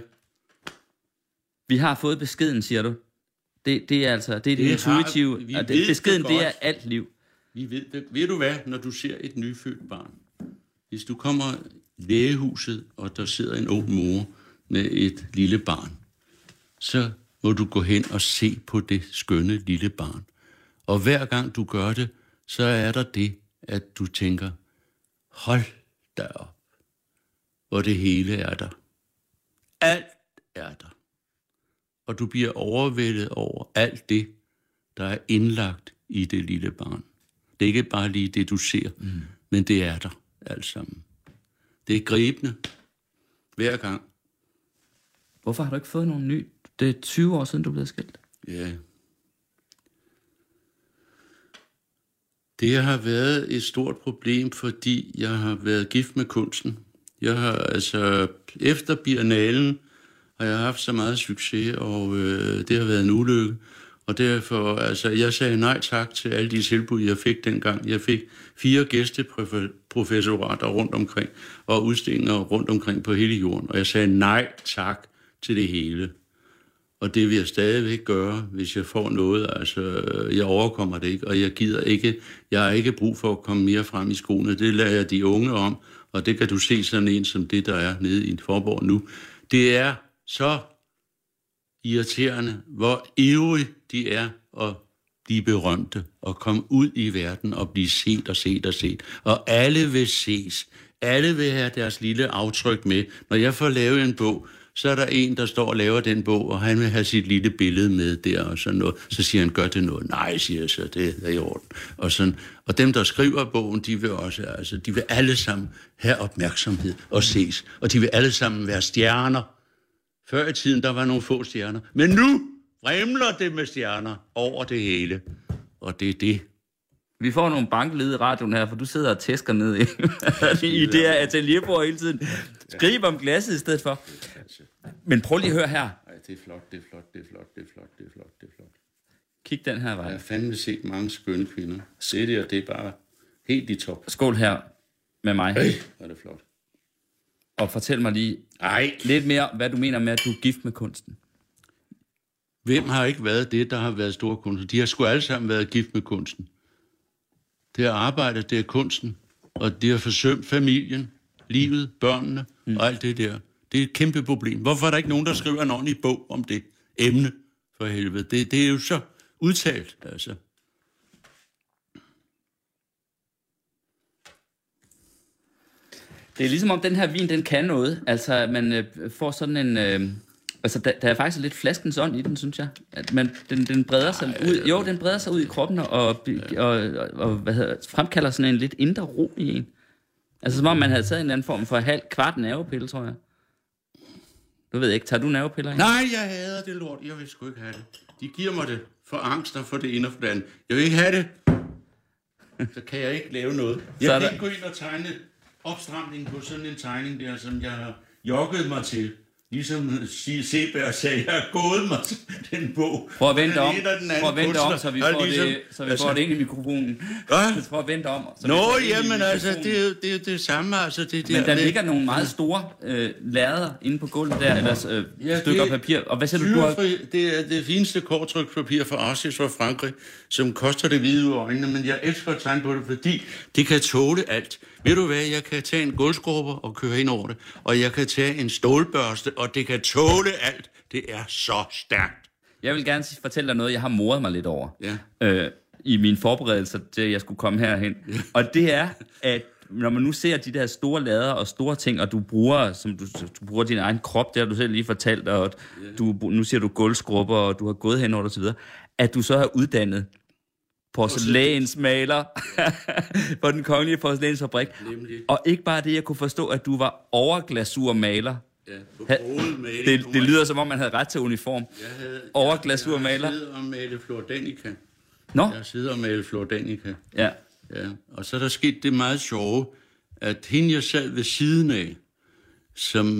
Vi har fået beskeden, siger du. Det er altså det intuitive. Beskeden, det er alt liv. Vi ved det. Ved du hvad, når du ser et nyfødt barn? Hvis du kommer i lægehuset, og der sidder en ung mor med et lille barn, så må du gå hen og se på det skønne lille barn. Og hver gang du gør det, så er der det, at du tænker, hold da op, hvor det hele er der. Alt er der. Og du bliver overvældet over alt det, der er indlagt i det lille barn. Det er ikke bare lige det, du ser, men det er der alt sammen. Det er gribende hver gang. Hvorfor har du ikke fået nogen ny? Det er 20 år siden, du blev skilt. Ja. Det har været et stort problem, fordi jeg har været gift med kunsten. Jeg har efter biennalen har jeg haft så meget succes, og det har været en ulykke. Og derfor, jeg sagde nej tak til alle de tilbud, jeg fik dengang. Jeg fik 4 gæsteprofessorater rundt omkring, og udstillinger rundt omkring på hele jorden. Og jeg sagde nej tak til det hele. Og det vil jeg stadigvæk gøre, hvis jeg får noget. Jeg overkommer det ikke, og jeg gider ikke. Jeg har ikke brug for at komme mere frem i skoene. Det lader jeg de unge om, og det kan du se sådan en som det, der er nede i Forborg nu. Det er så irriterende, hvor ivrige de er at blive berømte og komme ud i verden og blive set og set og set. Og alle vil ses. Alle vil have deres lille aftryk med. Når jeg får lavet en bog, så er der en, der står og laver den bog, og han vil have sit lille billede med der og sådan noget. Så siger han, gør det noget? Nej, siger jeg så, det er i orden. Og, sådan. Og dem, der skriver bogen, de vil også, de vil alle sammen have opmærksomhed og ses. Og de vil alle sammen være stjerner. Før i tiden, der var nogle få stjerner. Men nu vrimler det med stjerner over det hele. Og det er det. Vi får nogle bankeled i radioen her, for du sidder og tæsker ned i det her atelierbord hele tiden. Skriv om glasset i stedet for. Men prøv lige at høre her. Ej, det er flot, det er flot, det er flot, det er flot, det er flot, det er flot. Kig den her vej. Jeg har fandme set mange skønne kvinder. Se det, og det er bare helt i top. Skål her med mig. Hvor er det flot. Og fortæl mig lige lidt mere, hvad du mener med, at du er gift med kunsten. Hvem har ikke været det, der har været store kunstner? De har sgu alle sammen været gift med kunsten. Det er arbejdet, det er kunsten, og det har forsømt familien, livet, børnene og alt det der. Det er et kæmpe problem. Hvorfor er der ikke nogen, der skriver en ordentlig bog om det emne, for helvede? Det er jo så udtalt, altså. Det er ligesom om den her vin, den kan noget. Altså, man får sådan en... der er faktisk lidt flaskens ånd i den, synes jeg. At den breder sig ud. Jo, den breder sig ud i kroppen og fremkalder sådan en lidt indre ro i en. Altså, som om man havde taget en eller anden form for kvart nervepille, tror jeg. Du ved ikke, tager du nervepiller ind? Nej, jeg hader det lort. Jeg vil sgu ikke have det. De giver mig det for angst og for det ene og for det andet. Jeg vil ikke have det. Så kan jeg ikke lave noget. Jeg kan ikke gå ind og tegne opstramning på sådan en tegning der, som jeg har jogget mig til. Ligesom Seberg sagde, jeg har gået mig til den bog. Prøv at vente om, så vi får det ind i mikrofonen. Prøv at vente om. Jamen altså, det er det samme. Altså, men der ligger nogle meget store lærreder inde på gulvet der, eller stykker papir. Og hvad siger du? Det er det fineste kortrykspapir fra Arcis fra Frankrig, som koster det hvide ud af øjnene, men jeg elsker at tegne på det, fordi det kan tåle alt. Ved du hvad, jeg kan tage en gulvskrubber og køre ind over det, og jeg kan tage en stålbørste, og det kan tåle alt. Det er så stærkt. Jeg vil gerne fortælle dig noget, jeg har moret mig lidt over. Ja. I mine forberedelser til, at jeg skulle komme herhen. Ja. Og det er, at når man nu ser de der store lader og store ting, og du bruger, du bruger din egen krop, det har du selv lige fortalt, og nu siger du gulvskrubber, og du har gået henover og så videre, at du så har uddannet porcelænsmaler på den kongelige porcelænsfabrik. Og ikke bare det, jeg kunne forstå, at du var overglasurmaler. Ja, det lyder som om, man havde ret til uniform. Overglasurmaler. Jeg sidder og maler Flor Danica. Nå? Jeg sidder og maler Flor Danica. Ja. Og så er der sket det meget sjove, at hende jeg sad ved siden af, som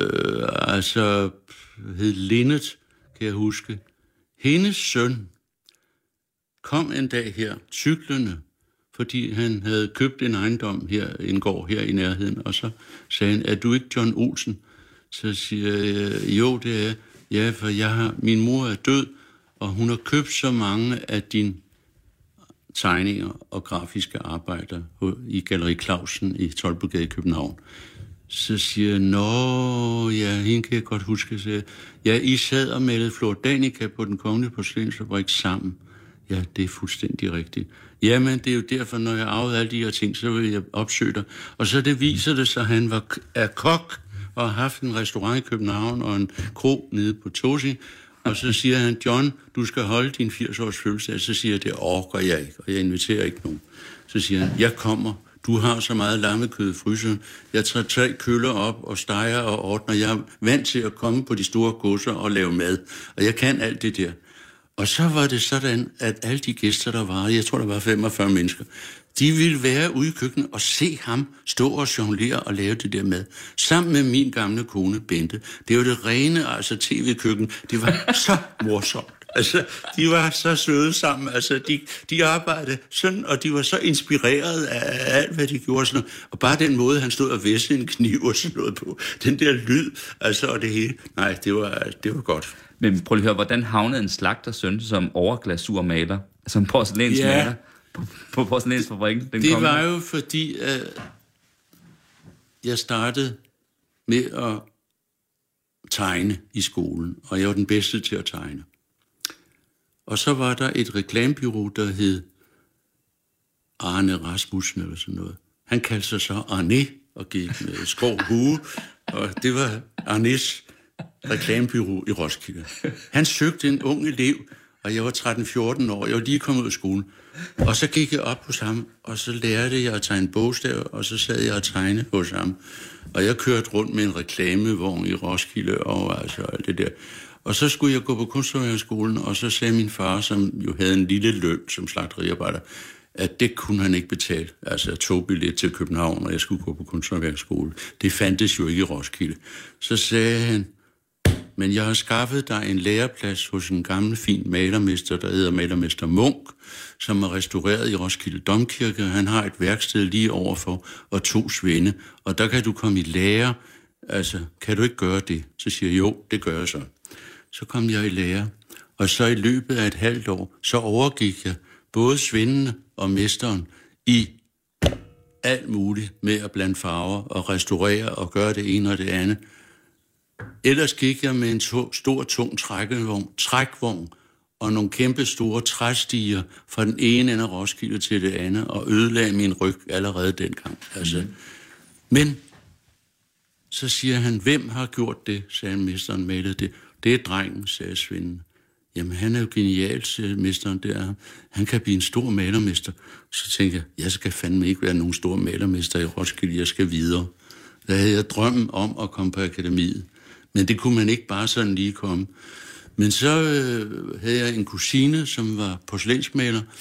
hed Linnet, kan jeg huske. Hendes søn kom en dag her, cyklende, fordi han havde købt en ejendom her, en gård her i nærheden, og så sagde han, er du ikke John Olsen? Så siger jeg, jo, det er. Ja, for min mor er død, og hun har købt så mange af dine tegninger og grafiske arbejder i Galleri Clausen i Tolbogade i København. Så siger jeg, nå, ja, hende kan jeg godt huske. Så I sad og malede Flor Danica på den kongelige porcelænsfabrik sammen. Ja, det er fuldstændig rigtigt. Jamen, det er jo derfor, når jeg arvede alle de her ting, så vil jeg opsøge dig. Og så viser det sig, at han er kok og har haft en restaurant i København og en kro nede på Tosi. Og så siger han, John, du skal holde din 80-års fødselsdag. Så siger jeg, det orker jeg ikke, og jeg inviterer ikke nogen. Så siger han, jeg kommer. Du har så meget lammekød i fryseren. Jeg tager 3 køller op og steger og ordner. Jeg er vant til at komme på de store godser og lave mad. Og jeg kan alt det der. Og så var det sådan, at alle de gæster, der var, jeg tror, der var 45 mennesker, de ville være ude i køkkenet og se ham stå og jonglere og lave det der mad. Sammen med min gamle kone, Bente. Det var det rene, tv-køkken. Det var så morsomt. De var så søde sammen. De arbejdede sådan, og de var så inspireret af alt, hvad de gjorde. Sådan noget. Og bare den måde, han stod og væssede en kniv og sådan noget på. Den der lyd, og det hele. Nej, det var godt. Men prøv lige at høre, hvordan havnede en slagtersøn som overglasurmaler, som porcelænsmaler på porcelænsfabrikken? Det var jo fordi, jeg startede med at tegne i skolen, og jeg var den bedste til at tegne. Og så var der et reklamebureau, der hed Arne Rasmussen eller sådan noget. Han kaldte sig så Arne og gik med skrå hue, og det var Arnes reklamebureau i Roskilde. Han søgte en ung elev, og jeg var 13-14 år. Jeg var lige kommet ud af skolen. Og så gik jeg op hos ham, og så lærte jeg at tegne bogstaver, og så sad jeg og tegnede hos ham. Og jeg kørte rundt med en reklamevogn i Roskilde og alt det der. Og så skulle jeg gå på kunsthåndværkerskolen, og så sagde min far, som jo havde en lille løn som slagteriarbejder, at det kunne han ikke betale. Togbillet til København, og jeg skulle gå på kunsthåndværkerskole. Det fandtes jo ikke i Roskilde. Så sagde han, men jeg har skaffet dig en læreplads hos en gammel, fin malermester, der hedder malermester Munk, som er restaureret i Roskilde Domkirke. Han har et værksted lige overfor og 2 svende, og der kan du komme i lære. Kan du ikke gøre det? Så siger jeg, jo, det gør jeg så. Så kom jeg i lære, og så i løbet af et halvt år, så overgik jeg både svendene og mesteren i alt muligt med at blande farver og restaurere og gøre det ene og det andet. Ellers gik jeg med en stor, tung trækvogn og nogle kæmpe store træstiger fra den ene ende af Roskilde til det andet, og ødelagde min ryg allerede dengang. Men så siger han, hvem har gjort det, sagde mesteren, malede det. Det er drengen, sagde Svenden. Jamen, han er jo genial, siger mesteren der. Han kan blive en stor malermester. Så tænkte jeg skal fandme ikke være nogen stor malermester i Roskilde, jeg skal videre. Der havde jeg drømmen om at komme på akademiet. Men det kunne man ikke bare sådan lige komme. Men så havde jeg en kusine, som var porcelænsmaler,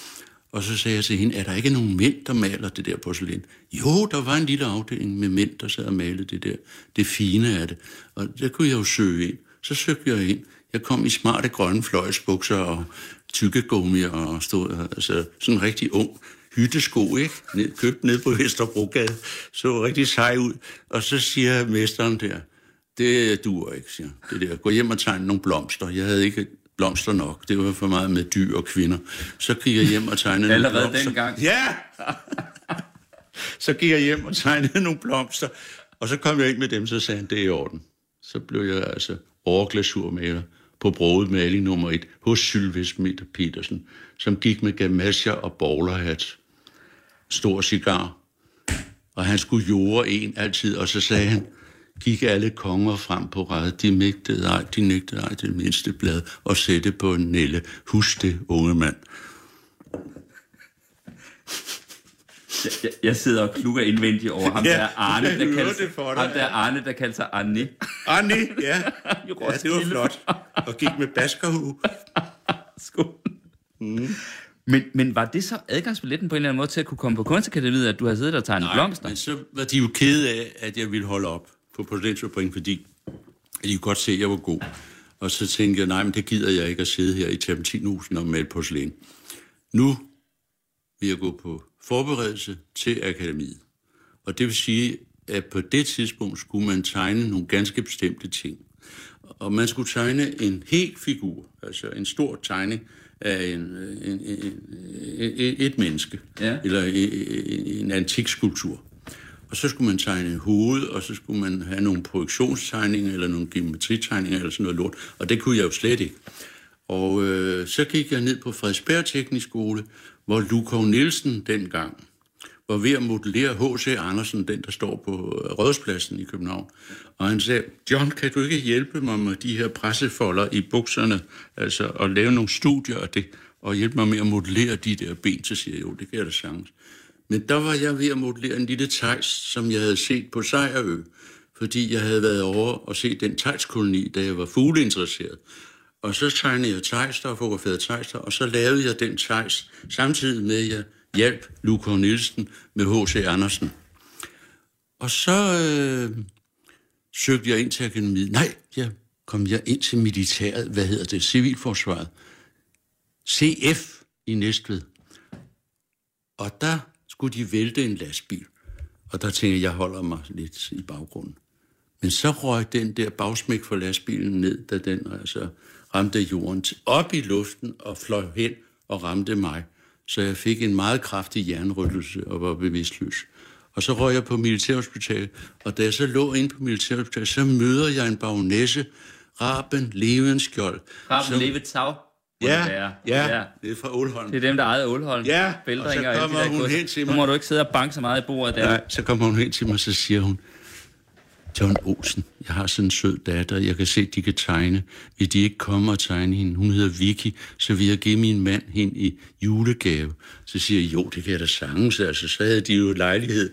Og så sagde jeg til hende, er der ikke nogen mænd, der maler det der porcelæn? Jo, der var en lille afdeling med mænd, der sad og malede det der. Det fine af det. Og der kunne jeg jo søge ind. Så søgte jeg ind. Jeg kom i smarte grønne fløjsbukser og tykkegummi og stod altså sådan en rigtig ung hyttesko, ikke? Købt ned på Vesterbrogade. Så rigtig sej ud. Og så siger mesteren der, det duer ikke, siger det der. Gå hjem og tegne nogle blomster. Jeg havde ikke blomster nok. Det var for meget med dyr og kvinder. Så gik jeg hjem og tegnede nogle blomster. Allerede dengang? Ja! Så gik jeg hjem og tegnede nogle blomster. Og så kom jeg ind med dem, så sagde han, det er i orden. Så blev jeg altså overglasurmaler på Broget maling nummer 1 hos Sylvest Meter Petersen, som gik med gamasjer og bowlerhat. Stor cigar. Og han skulle jorde en altid, og så sagde han, gik alle konger frem på ræd, de nægtede ej det mindste blad, og sætte på en nælle. Husk det, unge mand. Jeg sidder og klukker indvendigt over ham, der Arne, der kaldte sig Arne. Arne, ja. Det var flot. Og gik med baskerhue. Skål. Men var det så adgangsbilletten på en eller anden måde til at kunne komme på Kunstakademiet, at du havde siddet og tegnet blomster? Men så var de jo kede af, at jeg ville holde op på Porcelænsfabrikken, fordi de kunne godt se, at jeg var god. Og så tænkte jeg, nej, men det gider jeg ikke at sidde her i Terpentinhusen og male porcelæn. Nu vil jeg gå på forberedelse til akademiet. Og det vil sige, at på det tidspunkt skulle man tegne nogle ganske bestemte ting. Og man skulle tegne en hel figur, altså en stor tegning af et menneske, eller en antik skulptur. Og så skulle man tegne hovedet, og så skulle man have nogle projektionstegninger, eller nogle geometritegninger, eller sådan noget lort. Og det kunne jeg jo slet ikke. Og så gik jeg ned på Frederiksberg Teknisk Skole, hvor Lukov Nielsen dengang var ved at modellere H.C. Andersen, den der står på Rådhuspladsen i København. Og han sagde, John, kan du ikke hjælpe mig med de her pressefolder i bukserne, altså at lave nogle studier af det, og hjælpe mig med at modellere de der ben? Så siger jeg, jo, det kan jeg da sagtens. Men der var jeg ved at modellere en lille thejs, som jeg havde set på Sejerø, fordi jeg havde været over og set den thejskoloni, da jeg var fugleinteresseret. Og så tegnede jeg thejster og fotograferede thejster, og så lavede jeg den thejs, samtidig med, at jeg hjalp Lukov Nielsen med H.C. Andersen. Og så søgte jeg ind til akademiet. Nej, kom jeg ind til militæret, Civilforsvaret. CF i Næstved. Og der skulle de vælte en lastbil. Og der tænkte jeg holder mig lidt i baggrunden. Men så røg den der bagsmæk for lastbilen ned, da den altså ramte jorden op i luften og fløj hen og ramte mig. Så jeg fik en meget kraftig hjernerystelse og var bevidstløs. Og så røg jeg på militærhospitalet, og da jeg så lå inde på militærhospitalet, så møder jeg en baronesse, Raben Levenskjold. Raben Levenskjold? Ja, det er fra Ålholm. Det er dem, der ejede Ålholm. Ja, og så kommer hun hen til mig. Nu må du ikke sidde og banke så meget i bordet der. Nej, så kommer hun hen til mig, og så siger hun, John Olsen, jeg har sådan en sød datter, jeg kan se, de kan tegne. Vil de ikke komme og tegne hende? Hun hedder Vicky, så vil jeg give min mand hende i julegave. Så siger jeg, jo, det kan jeg da sagtens. Altså, så havde de jo lejlighed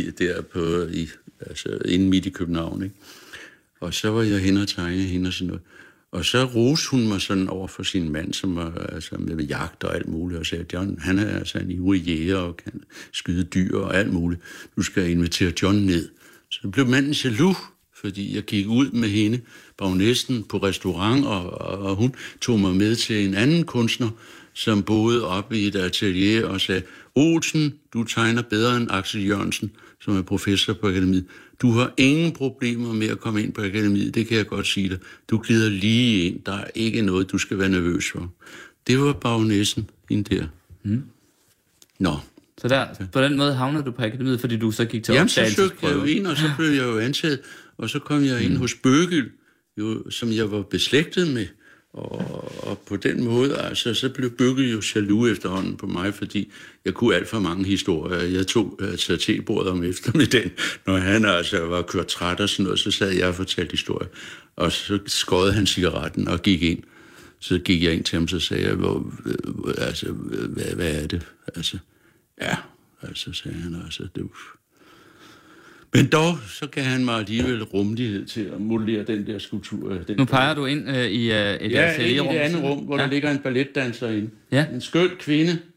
inde midt i København, ikke? Og så var jeg hen og tegne hende og sådan noget. Og så roste hun mig sådan over for sin mand, som var altså, med jagt og alt muligt, og sagde, John, han er altså en ivrig jæger og kan skyde dyr og alt muligt. Du skal invitere John ned. Så blev manden jaloux, fordi jeg gik ud med hende, baronessen, på restaurant, og hun tog mig med til en anden kunstner, som boede oppe i et atelier og sagde, Olsen, du tegner bedre end Axel Jørgensen, som er professor på akademiet. Du har ingen problemer med at komme ind på akademiet, det kan jeg godt sige dig. Du glider lige ind, der er ikke noget, du skal være nervøs for. Det var baronessen, hende der. Nå. Så der, på den måde havnede du på akademiet, fordi du så gik til optagelsesprøve? Jamen, så søgte jeg jo ind, og så blev jeg jo ansat, og så kom jeg ind hos Bøgel, som jeg var beslægtet med, og på den måde, altså, så blev Bøgel jo jaloux efterhånden på mig, fordi jeg kunne alt for mange historier. Jeg tog satébordet om eftermiddagen, når han altså var kørt træt og sådan noget, så sad jeg og fortalte historier, og så skårede han cigaretten og gik ind. Så gik jeg ind til ham, så sagde jeg, hvad er det? Altså, ja, altså, sagde han, altså, det var... Men dog, så kan han mig alligevel rummelighed til at modellere den der skulptur. Nu peger du ind i et atelierrum. Ja, i det andet rum, hvor der ligger en balletdanser inde. Ja. En skøn kvinde,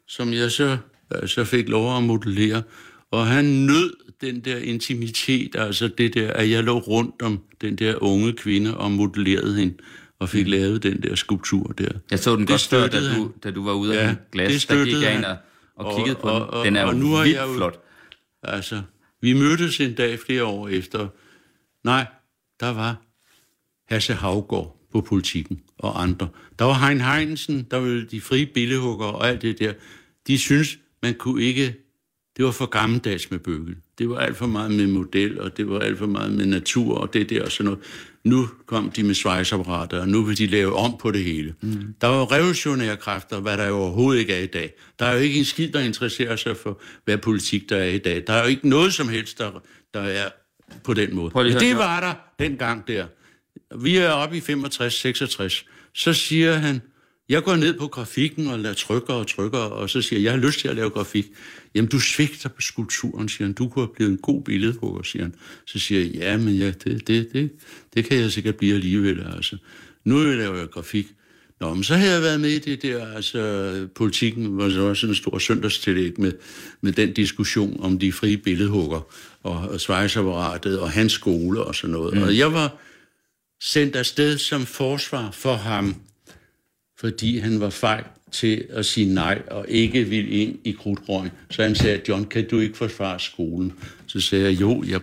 som jeg så fik lov at modellere. Og han nød den der intimitet, altså det der, at jeg lå rundt om den der unge kvinde og modellerede hende, og fik lavet den der skulptur der. Jeg så den godt før, da du var ude af glas, der gik jeg ind og kiggede på den. Den er jo nu vildt flot. Altså, vi mødtes en dag flere år efter. Nej, der var Hasse Haugaard på Politikken og andre. Der var Hein Heinsen, der var de frie billedhugger og alt det der. De synes man kunne ikke. Det var for gammeldags med Bøgel. Det var alt for meget med model, og det var alt for meget med natur, og det der og sådan noget. Nu kom de med svejsapparater, og nu vil de lave om på det hele. Der var jo revolutionære kræfter, hvad der jo overhovedet ikke er i dag. Der er jo ikke en skid, der interesserer sig for, hvad politik der er i dag. Der er jo ikke noget som helst, der er på den måde. Men det var der dengang der. Vi er oppe i 65-66. Så siger han, jeg går ned på grafikken og trykker, og så siger jeg har lyst til at lave grafik. Jamen, du svigter på skulpturen, siger han. Du kunne have blevet en god billedhugger, siger han. Så siger jeg, ja, men ja, det kan jeg sikkert blive alligevel, altså. Nu laver jeg grafik. Nå, men så har jeg været med i det der, altså Politikken var så også en stor søndagstillæg med den diskussion om de frie billedhugger og svejsapparatet og hans skole og sådan noget. Og jeg var sendt afsted som forsvar for ham, fordi han var fejl til at sige nej og ikke ville ind i krudtrøjen. Så han sagde, John, kan du ikke forsvare skolen? Så sagde jeg, jo, jeg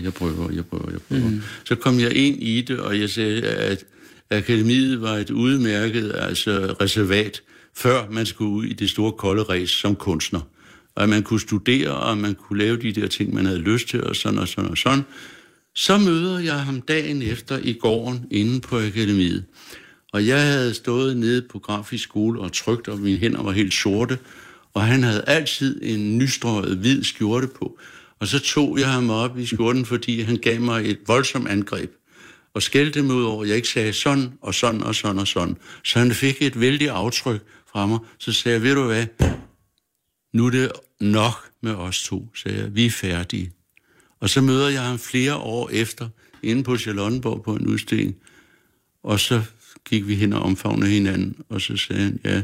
prøver. Så kom jeg ind i det, og jeg sagde, at akademiet var et udmærket reservat, før man skulle ud i det store kolde race som kunstner. Og at man kunne studere, og man kunne lave de der ting, man havde lyst til, og sådan og sådan og sådan. Så møder jeg ham dagen efter i gården inde på akademiet. Og jeg havde stået nede på grafisk skole og trykt, og mine hænder var helt sorte. Og han havde altid en nystrøget hvid skjorte på. Og så tog jeg ham op i skjorten, fordi han gav mig et voldsomt angreb. Og skældte mig ud over, at jeg ikke sagde sådan og sådan og sådan og sådan. Så han fik et vældigt aftryk fra mig. Så sagde jeg, ved du hvad, nu er det nok med os to, sagde jeg. Vi er færdige. Og så møder jeg ham flere år efter, inde på Charlottenborg på en udstilling. Og så gik vi hen og omfavnede hinanden, og så sagde han, ja,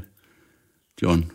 John,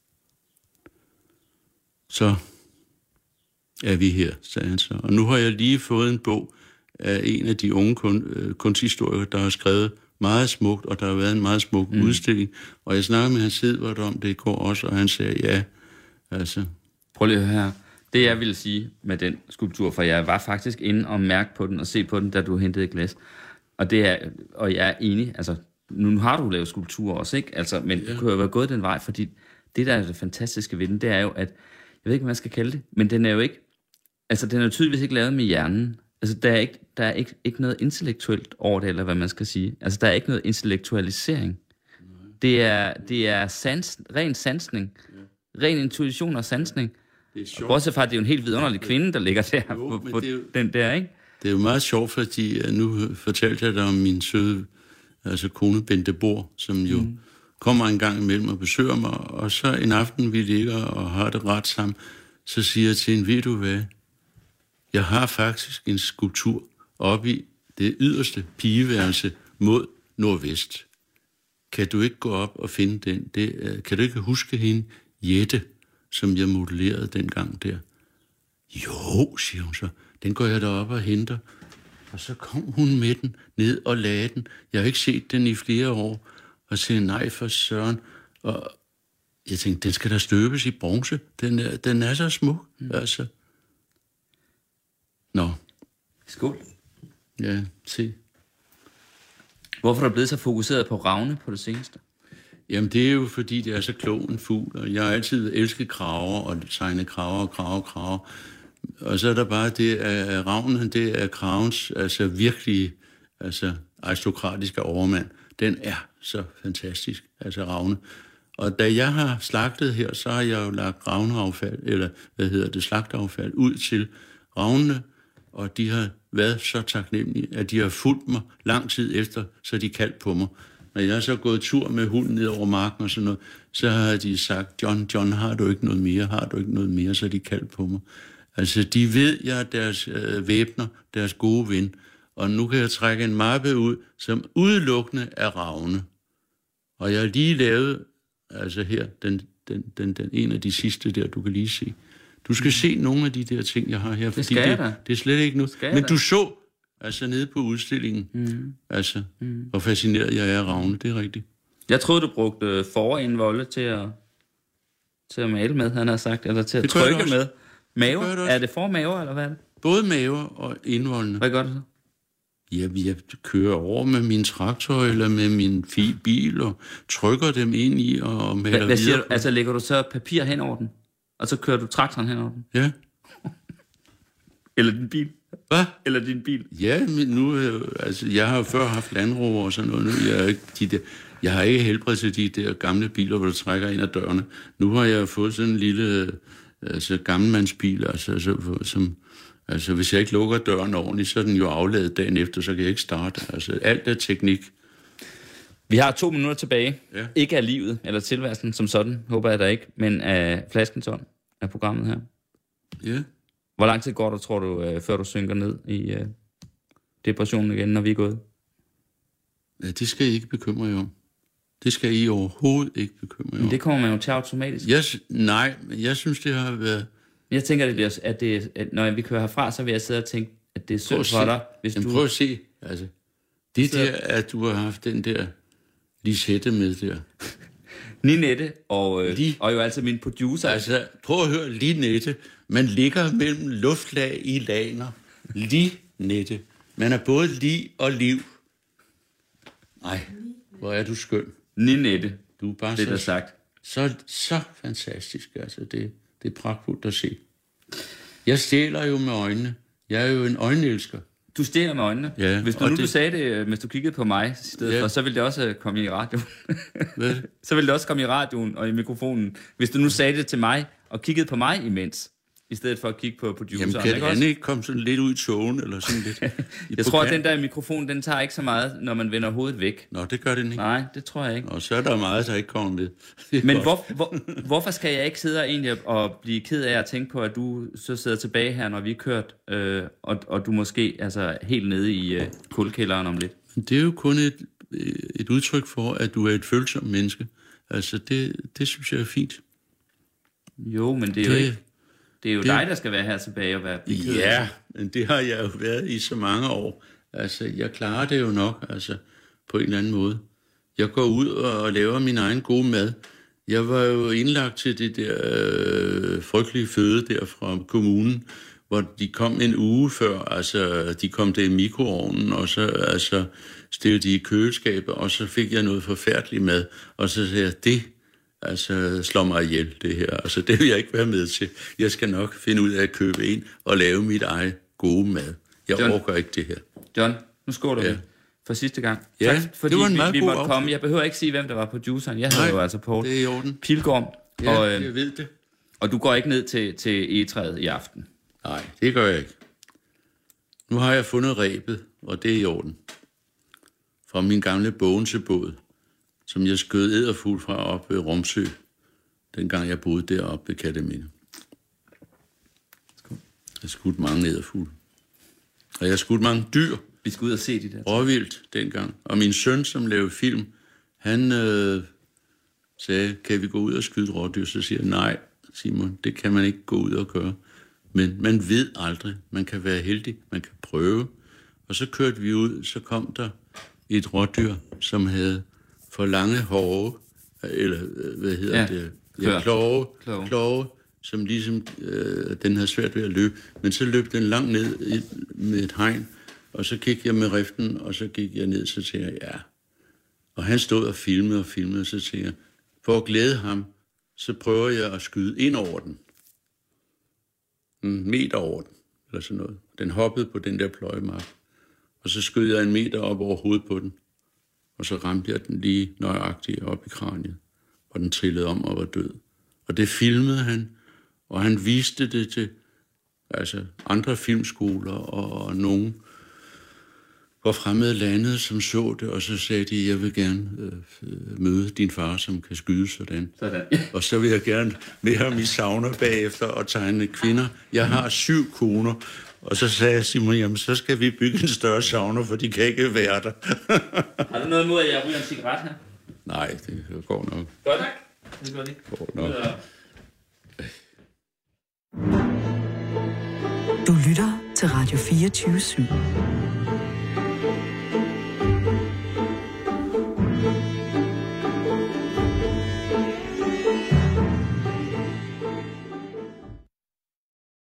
så er vi her, sagde han så. Og nu har jeg lige fået en bog af en af de unge kunsthistorikere, der har skrevet meget smukt, og der har været en meget smuk udstilling. Og jeg snakkede med Hans Edvard om det i går også, og han sagde, ja, altså. Prøv lige at høre her. Det jeg ville sige med den skulptur, for jeg var faktisk inde og mærke på den og se på den, da du hentede et glas. Og jeg er enig, altså, nu har du lavet skulpturer også, ikke? Altså, men du kunne jo være gået den vej, fordi det, der er det fantastiske ved den, det er jo, at, jeg ved ikke, hvad man skal kalde det, men den er jo ikke, altså, den er jo tydeligvis ikke lavet med hjernen. Altså, der er ikke noget intellektuelt over det, eller hvad man skal sige. Altså, der er ikke noget intellektualisering. Det er ren sansning. Ren intuition og sansning. Bortset fra, at det er jo en helt vidunderlig kvinde, der ligger der på den der, ikke? Det er jo meget sjovt, fordi nu fortalte jeg dig om min søde kone Bente Bohr, som jo kommer en gang imellem og besøger mig, og så en aften, vi ligger og har det ret sammen, så siger jeg til hende, ved du hvad, jeg har faktisk en skulptur oppe i det yderste pigeværelse mod nordvest. Kan du ikke gå op og finde den? Kan du ikke huske hende, Jette, som jeg modellerede dengang der? Jo, siger hun så. Den går jeg derop og henter. Og så kom hun med den ned og lagde den. Jeg har ikke set den i flere år. Og sagde, nej for søren. Og jeg tænkte, den skal da støbes i bronze. Den er så smuk, altså. Nå. Skål. Ja, se. Hvorfor er du blevet så fokuseret på ravne på det seneste? Jamen, det er jo fordi, det er så klog en fugl. Og jeg har altid elsket kraver og tegne kraver. Og så er der bare det, at ravnen, det er kravens virkelig aristokratiske overmand. Den er så fantastisk, ravne. Og da jeg har slagtet her, så har jeg jo lagt ravneaffald, slagteaffald ud til ravnene, og de har været så taknemmelige, at de har fulgt mig lang tid efter, så de kaldt på mig. Når jeg så gået tur med hunden ned over marken og sådan noget, så har de sagt, John, har du ikke noget mere? Så de kaldt på mig. Altså, de ved, jeg er deres væbner, deres gode ven. Og nu kan jeg trække en mappe ud, som udelukkende er ravne. Og jeg har lige lavet, her, en af de sidste der, du kan lige se. Du skal se nogle af de der ting, jeg har her, fordi det er slet ikke noget. Men du så, altså nede på udstillingen, hvor fascineret jeg er af ravne, det er rigtigt. Jeg troede, du brugte forindvolde til at male med, han har sagt, eller til at trykke med. Maver? Er det formaver, eller hvad er det? Både maver og indvoldene. Hvad gør du så? Jeg kører over med min traktor eller med min bil og trykker dem ind i og maler hvad siger du? Altså lægger du så papir hen over den? Og så kører du traktoren hen over den? Ja. Eller din bil? Hvad? Eller din bil? Ja, men nu... Altså, jeg har jo før haft Land Rover og sådan noget. Nu jeg har ikke helbred til de der gamle biler, hvor du trækker ind ad dørene. Nu har jeg fået sådan en lille gammelmandsbil, som... hvis jeg ikke lukker døren ordentligt, så er den jo afladet dagen efter, så kan jeg ikke starte. Altså, alt er teknik. Vi har 2 minutter tilbage. Ja. Ikke af livet, eller tilværelsen som sådan, håber jeg da ikke, men af flaskens ånd af programmet her. Ja. Hvor lang tid går der, tror du, før du synker ned i depressionen igen, når vi er gået? Ja, det skal I ikke bekymre jer om. Det skal I overhovedet ikke bekymre jer om. Men det kommer man jo til automatisk. Nej, men jeg synes, det har været... Jeg tænker, at når vi kører herfra, så vil jeg sidde og tænke, at det er synd for dig, hvis du... Prøv at se, altså. Det der, at du har haft den der Lisette med der. Ninette, og jo altså min producer. Altså, prøv at høre, Linette. Man ligger mellem luftlag i laner. Linette. Man er både lig og liv. Nej, hvor er du skøn. Ninette, du er bare det er sagt. Så fantastisk, altså. Det er pragtfuldt at se. Jeg stjæler jo med øjnene. Jeg er jo en øjenelsker. Du stjæler med øjnene? Ja. Hvis du sagde det, hvis du kiggede på mig i stedet for, så ville det også komme i radioen. Hvad? Så ville det også komme i radioen og i mikrofonen. Hvis du nu sagde det til mig og kiggede på mig imens, i stedet for at kigge på produceren. Jamen, kan han ikke komme sådan lidt ud i togen, eller sådan lidt? Jeg tror, at den der mikrofon, den tager ikke så meget, når man vender hovedet væk. Nå, det gør den ikke. Nej, det tror jeg ikke. Og så er der meget, der ikke kommer med. Men hvorfor skal jeg ikke sidde egentlig og blive ked af at tænke på, at du så sidder tilbage her, når vi er kørt, og du måske altså helt nede i kulkælderen om lidt? Det er jo kun et udtryk for, at du er et følsomt menneske. Altså, det synes jeg er fint. Jo, men det er jo ikke... Det er jo dig, der skal være her tilbage og være ked. Ja, men det har jeg jo været i så mange år. Altså, jeg klarer det jo nok, altså, på en eller anden måde. Jeg går ud og laver min egen gode mad. Jeg var jo indlagt til det der frygtelige føde der fra kommunen, hvor de kom en uge før, altså, de kom det i mikroovnen, og så stillede de i køleskabet, og så fik jeg noget forfærdeligt mad, og så sagde jeg, slår mig ihjel, det her. Altså, det vil jeg ikke være med til. Jeg skal nok finde ud af at købe ind og lave mit eget gode mad. Jeg overgår ikke det her. John, nu skåler vi for sidste gang. Ja, tak, fordi det var en meget vi måtte komme. Jeg behøver ikke sige, hvem der var produceren. Jeg hedder jo altså Poul det er i orden. Pilgaard. Ja, og, jeg ved det. Og du går ikke ned til egetræet i aften? Nej, det gør jeg ikke. Nu har jeg fundet rebet, og det er i orden. Fra min gamle Bogense-båd, som jeg skød edderfugl fra op ved Romsø, dengang jeg boede deroppe ved Katteminde. Jeg har skudt mange edderfugle. Og jeg har skudt mange dyr. Vi skal ud og se de der. Råvildt dengang. Og min søn, som lavede film, han sagde, kan vi gå ud og skyde rådyr? Så siger jeg, nej, Simon, det kan man ikke gå ud og gøre. Men man ved aldrig. Man kan være heldig. Man kan prøve. Og så kørte vi ud, så kom der et rådyr, som havde for lange hove, eller hvad hedder det? Ja, klove, som ligesom, den havde svært ved at løbe. Men så løb den langt ned med et hegn, og så gik jeg med riften, og så gik jeg ned, så tænkte jeg, ja. Og han stod og filmede, og så tænkte jeg, for at glæde ham, så prøver jeg at skyde ind over den. En meter over den, eller sådan noget. Den hoppede på den der pløjemark. Og så skød jeg en meter op over hovedet på den. Og så ramte jeg den lige nøjagtigt op i kraniet. Og den trillede om og var død. Og det filmede han. Og han viste det til andre filmskoler og nogen fra fremmede lande, som så det. Og så sagde de, jeg vil gerne møde din far, som kan skyde sådan. Og så vil jeg gerne med ham i sauna bagefter og tegne kvinder. Jeg har 7 koner. Og så sagde Simon, jamen så skal vi bygge en større sauna, for de kan ikke være der. Har du noget imod, at jeg ryger en cigaret her? Nej, det går nok. Godt. Det gør de. Du lytter til Radio 24/7.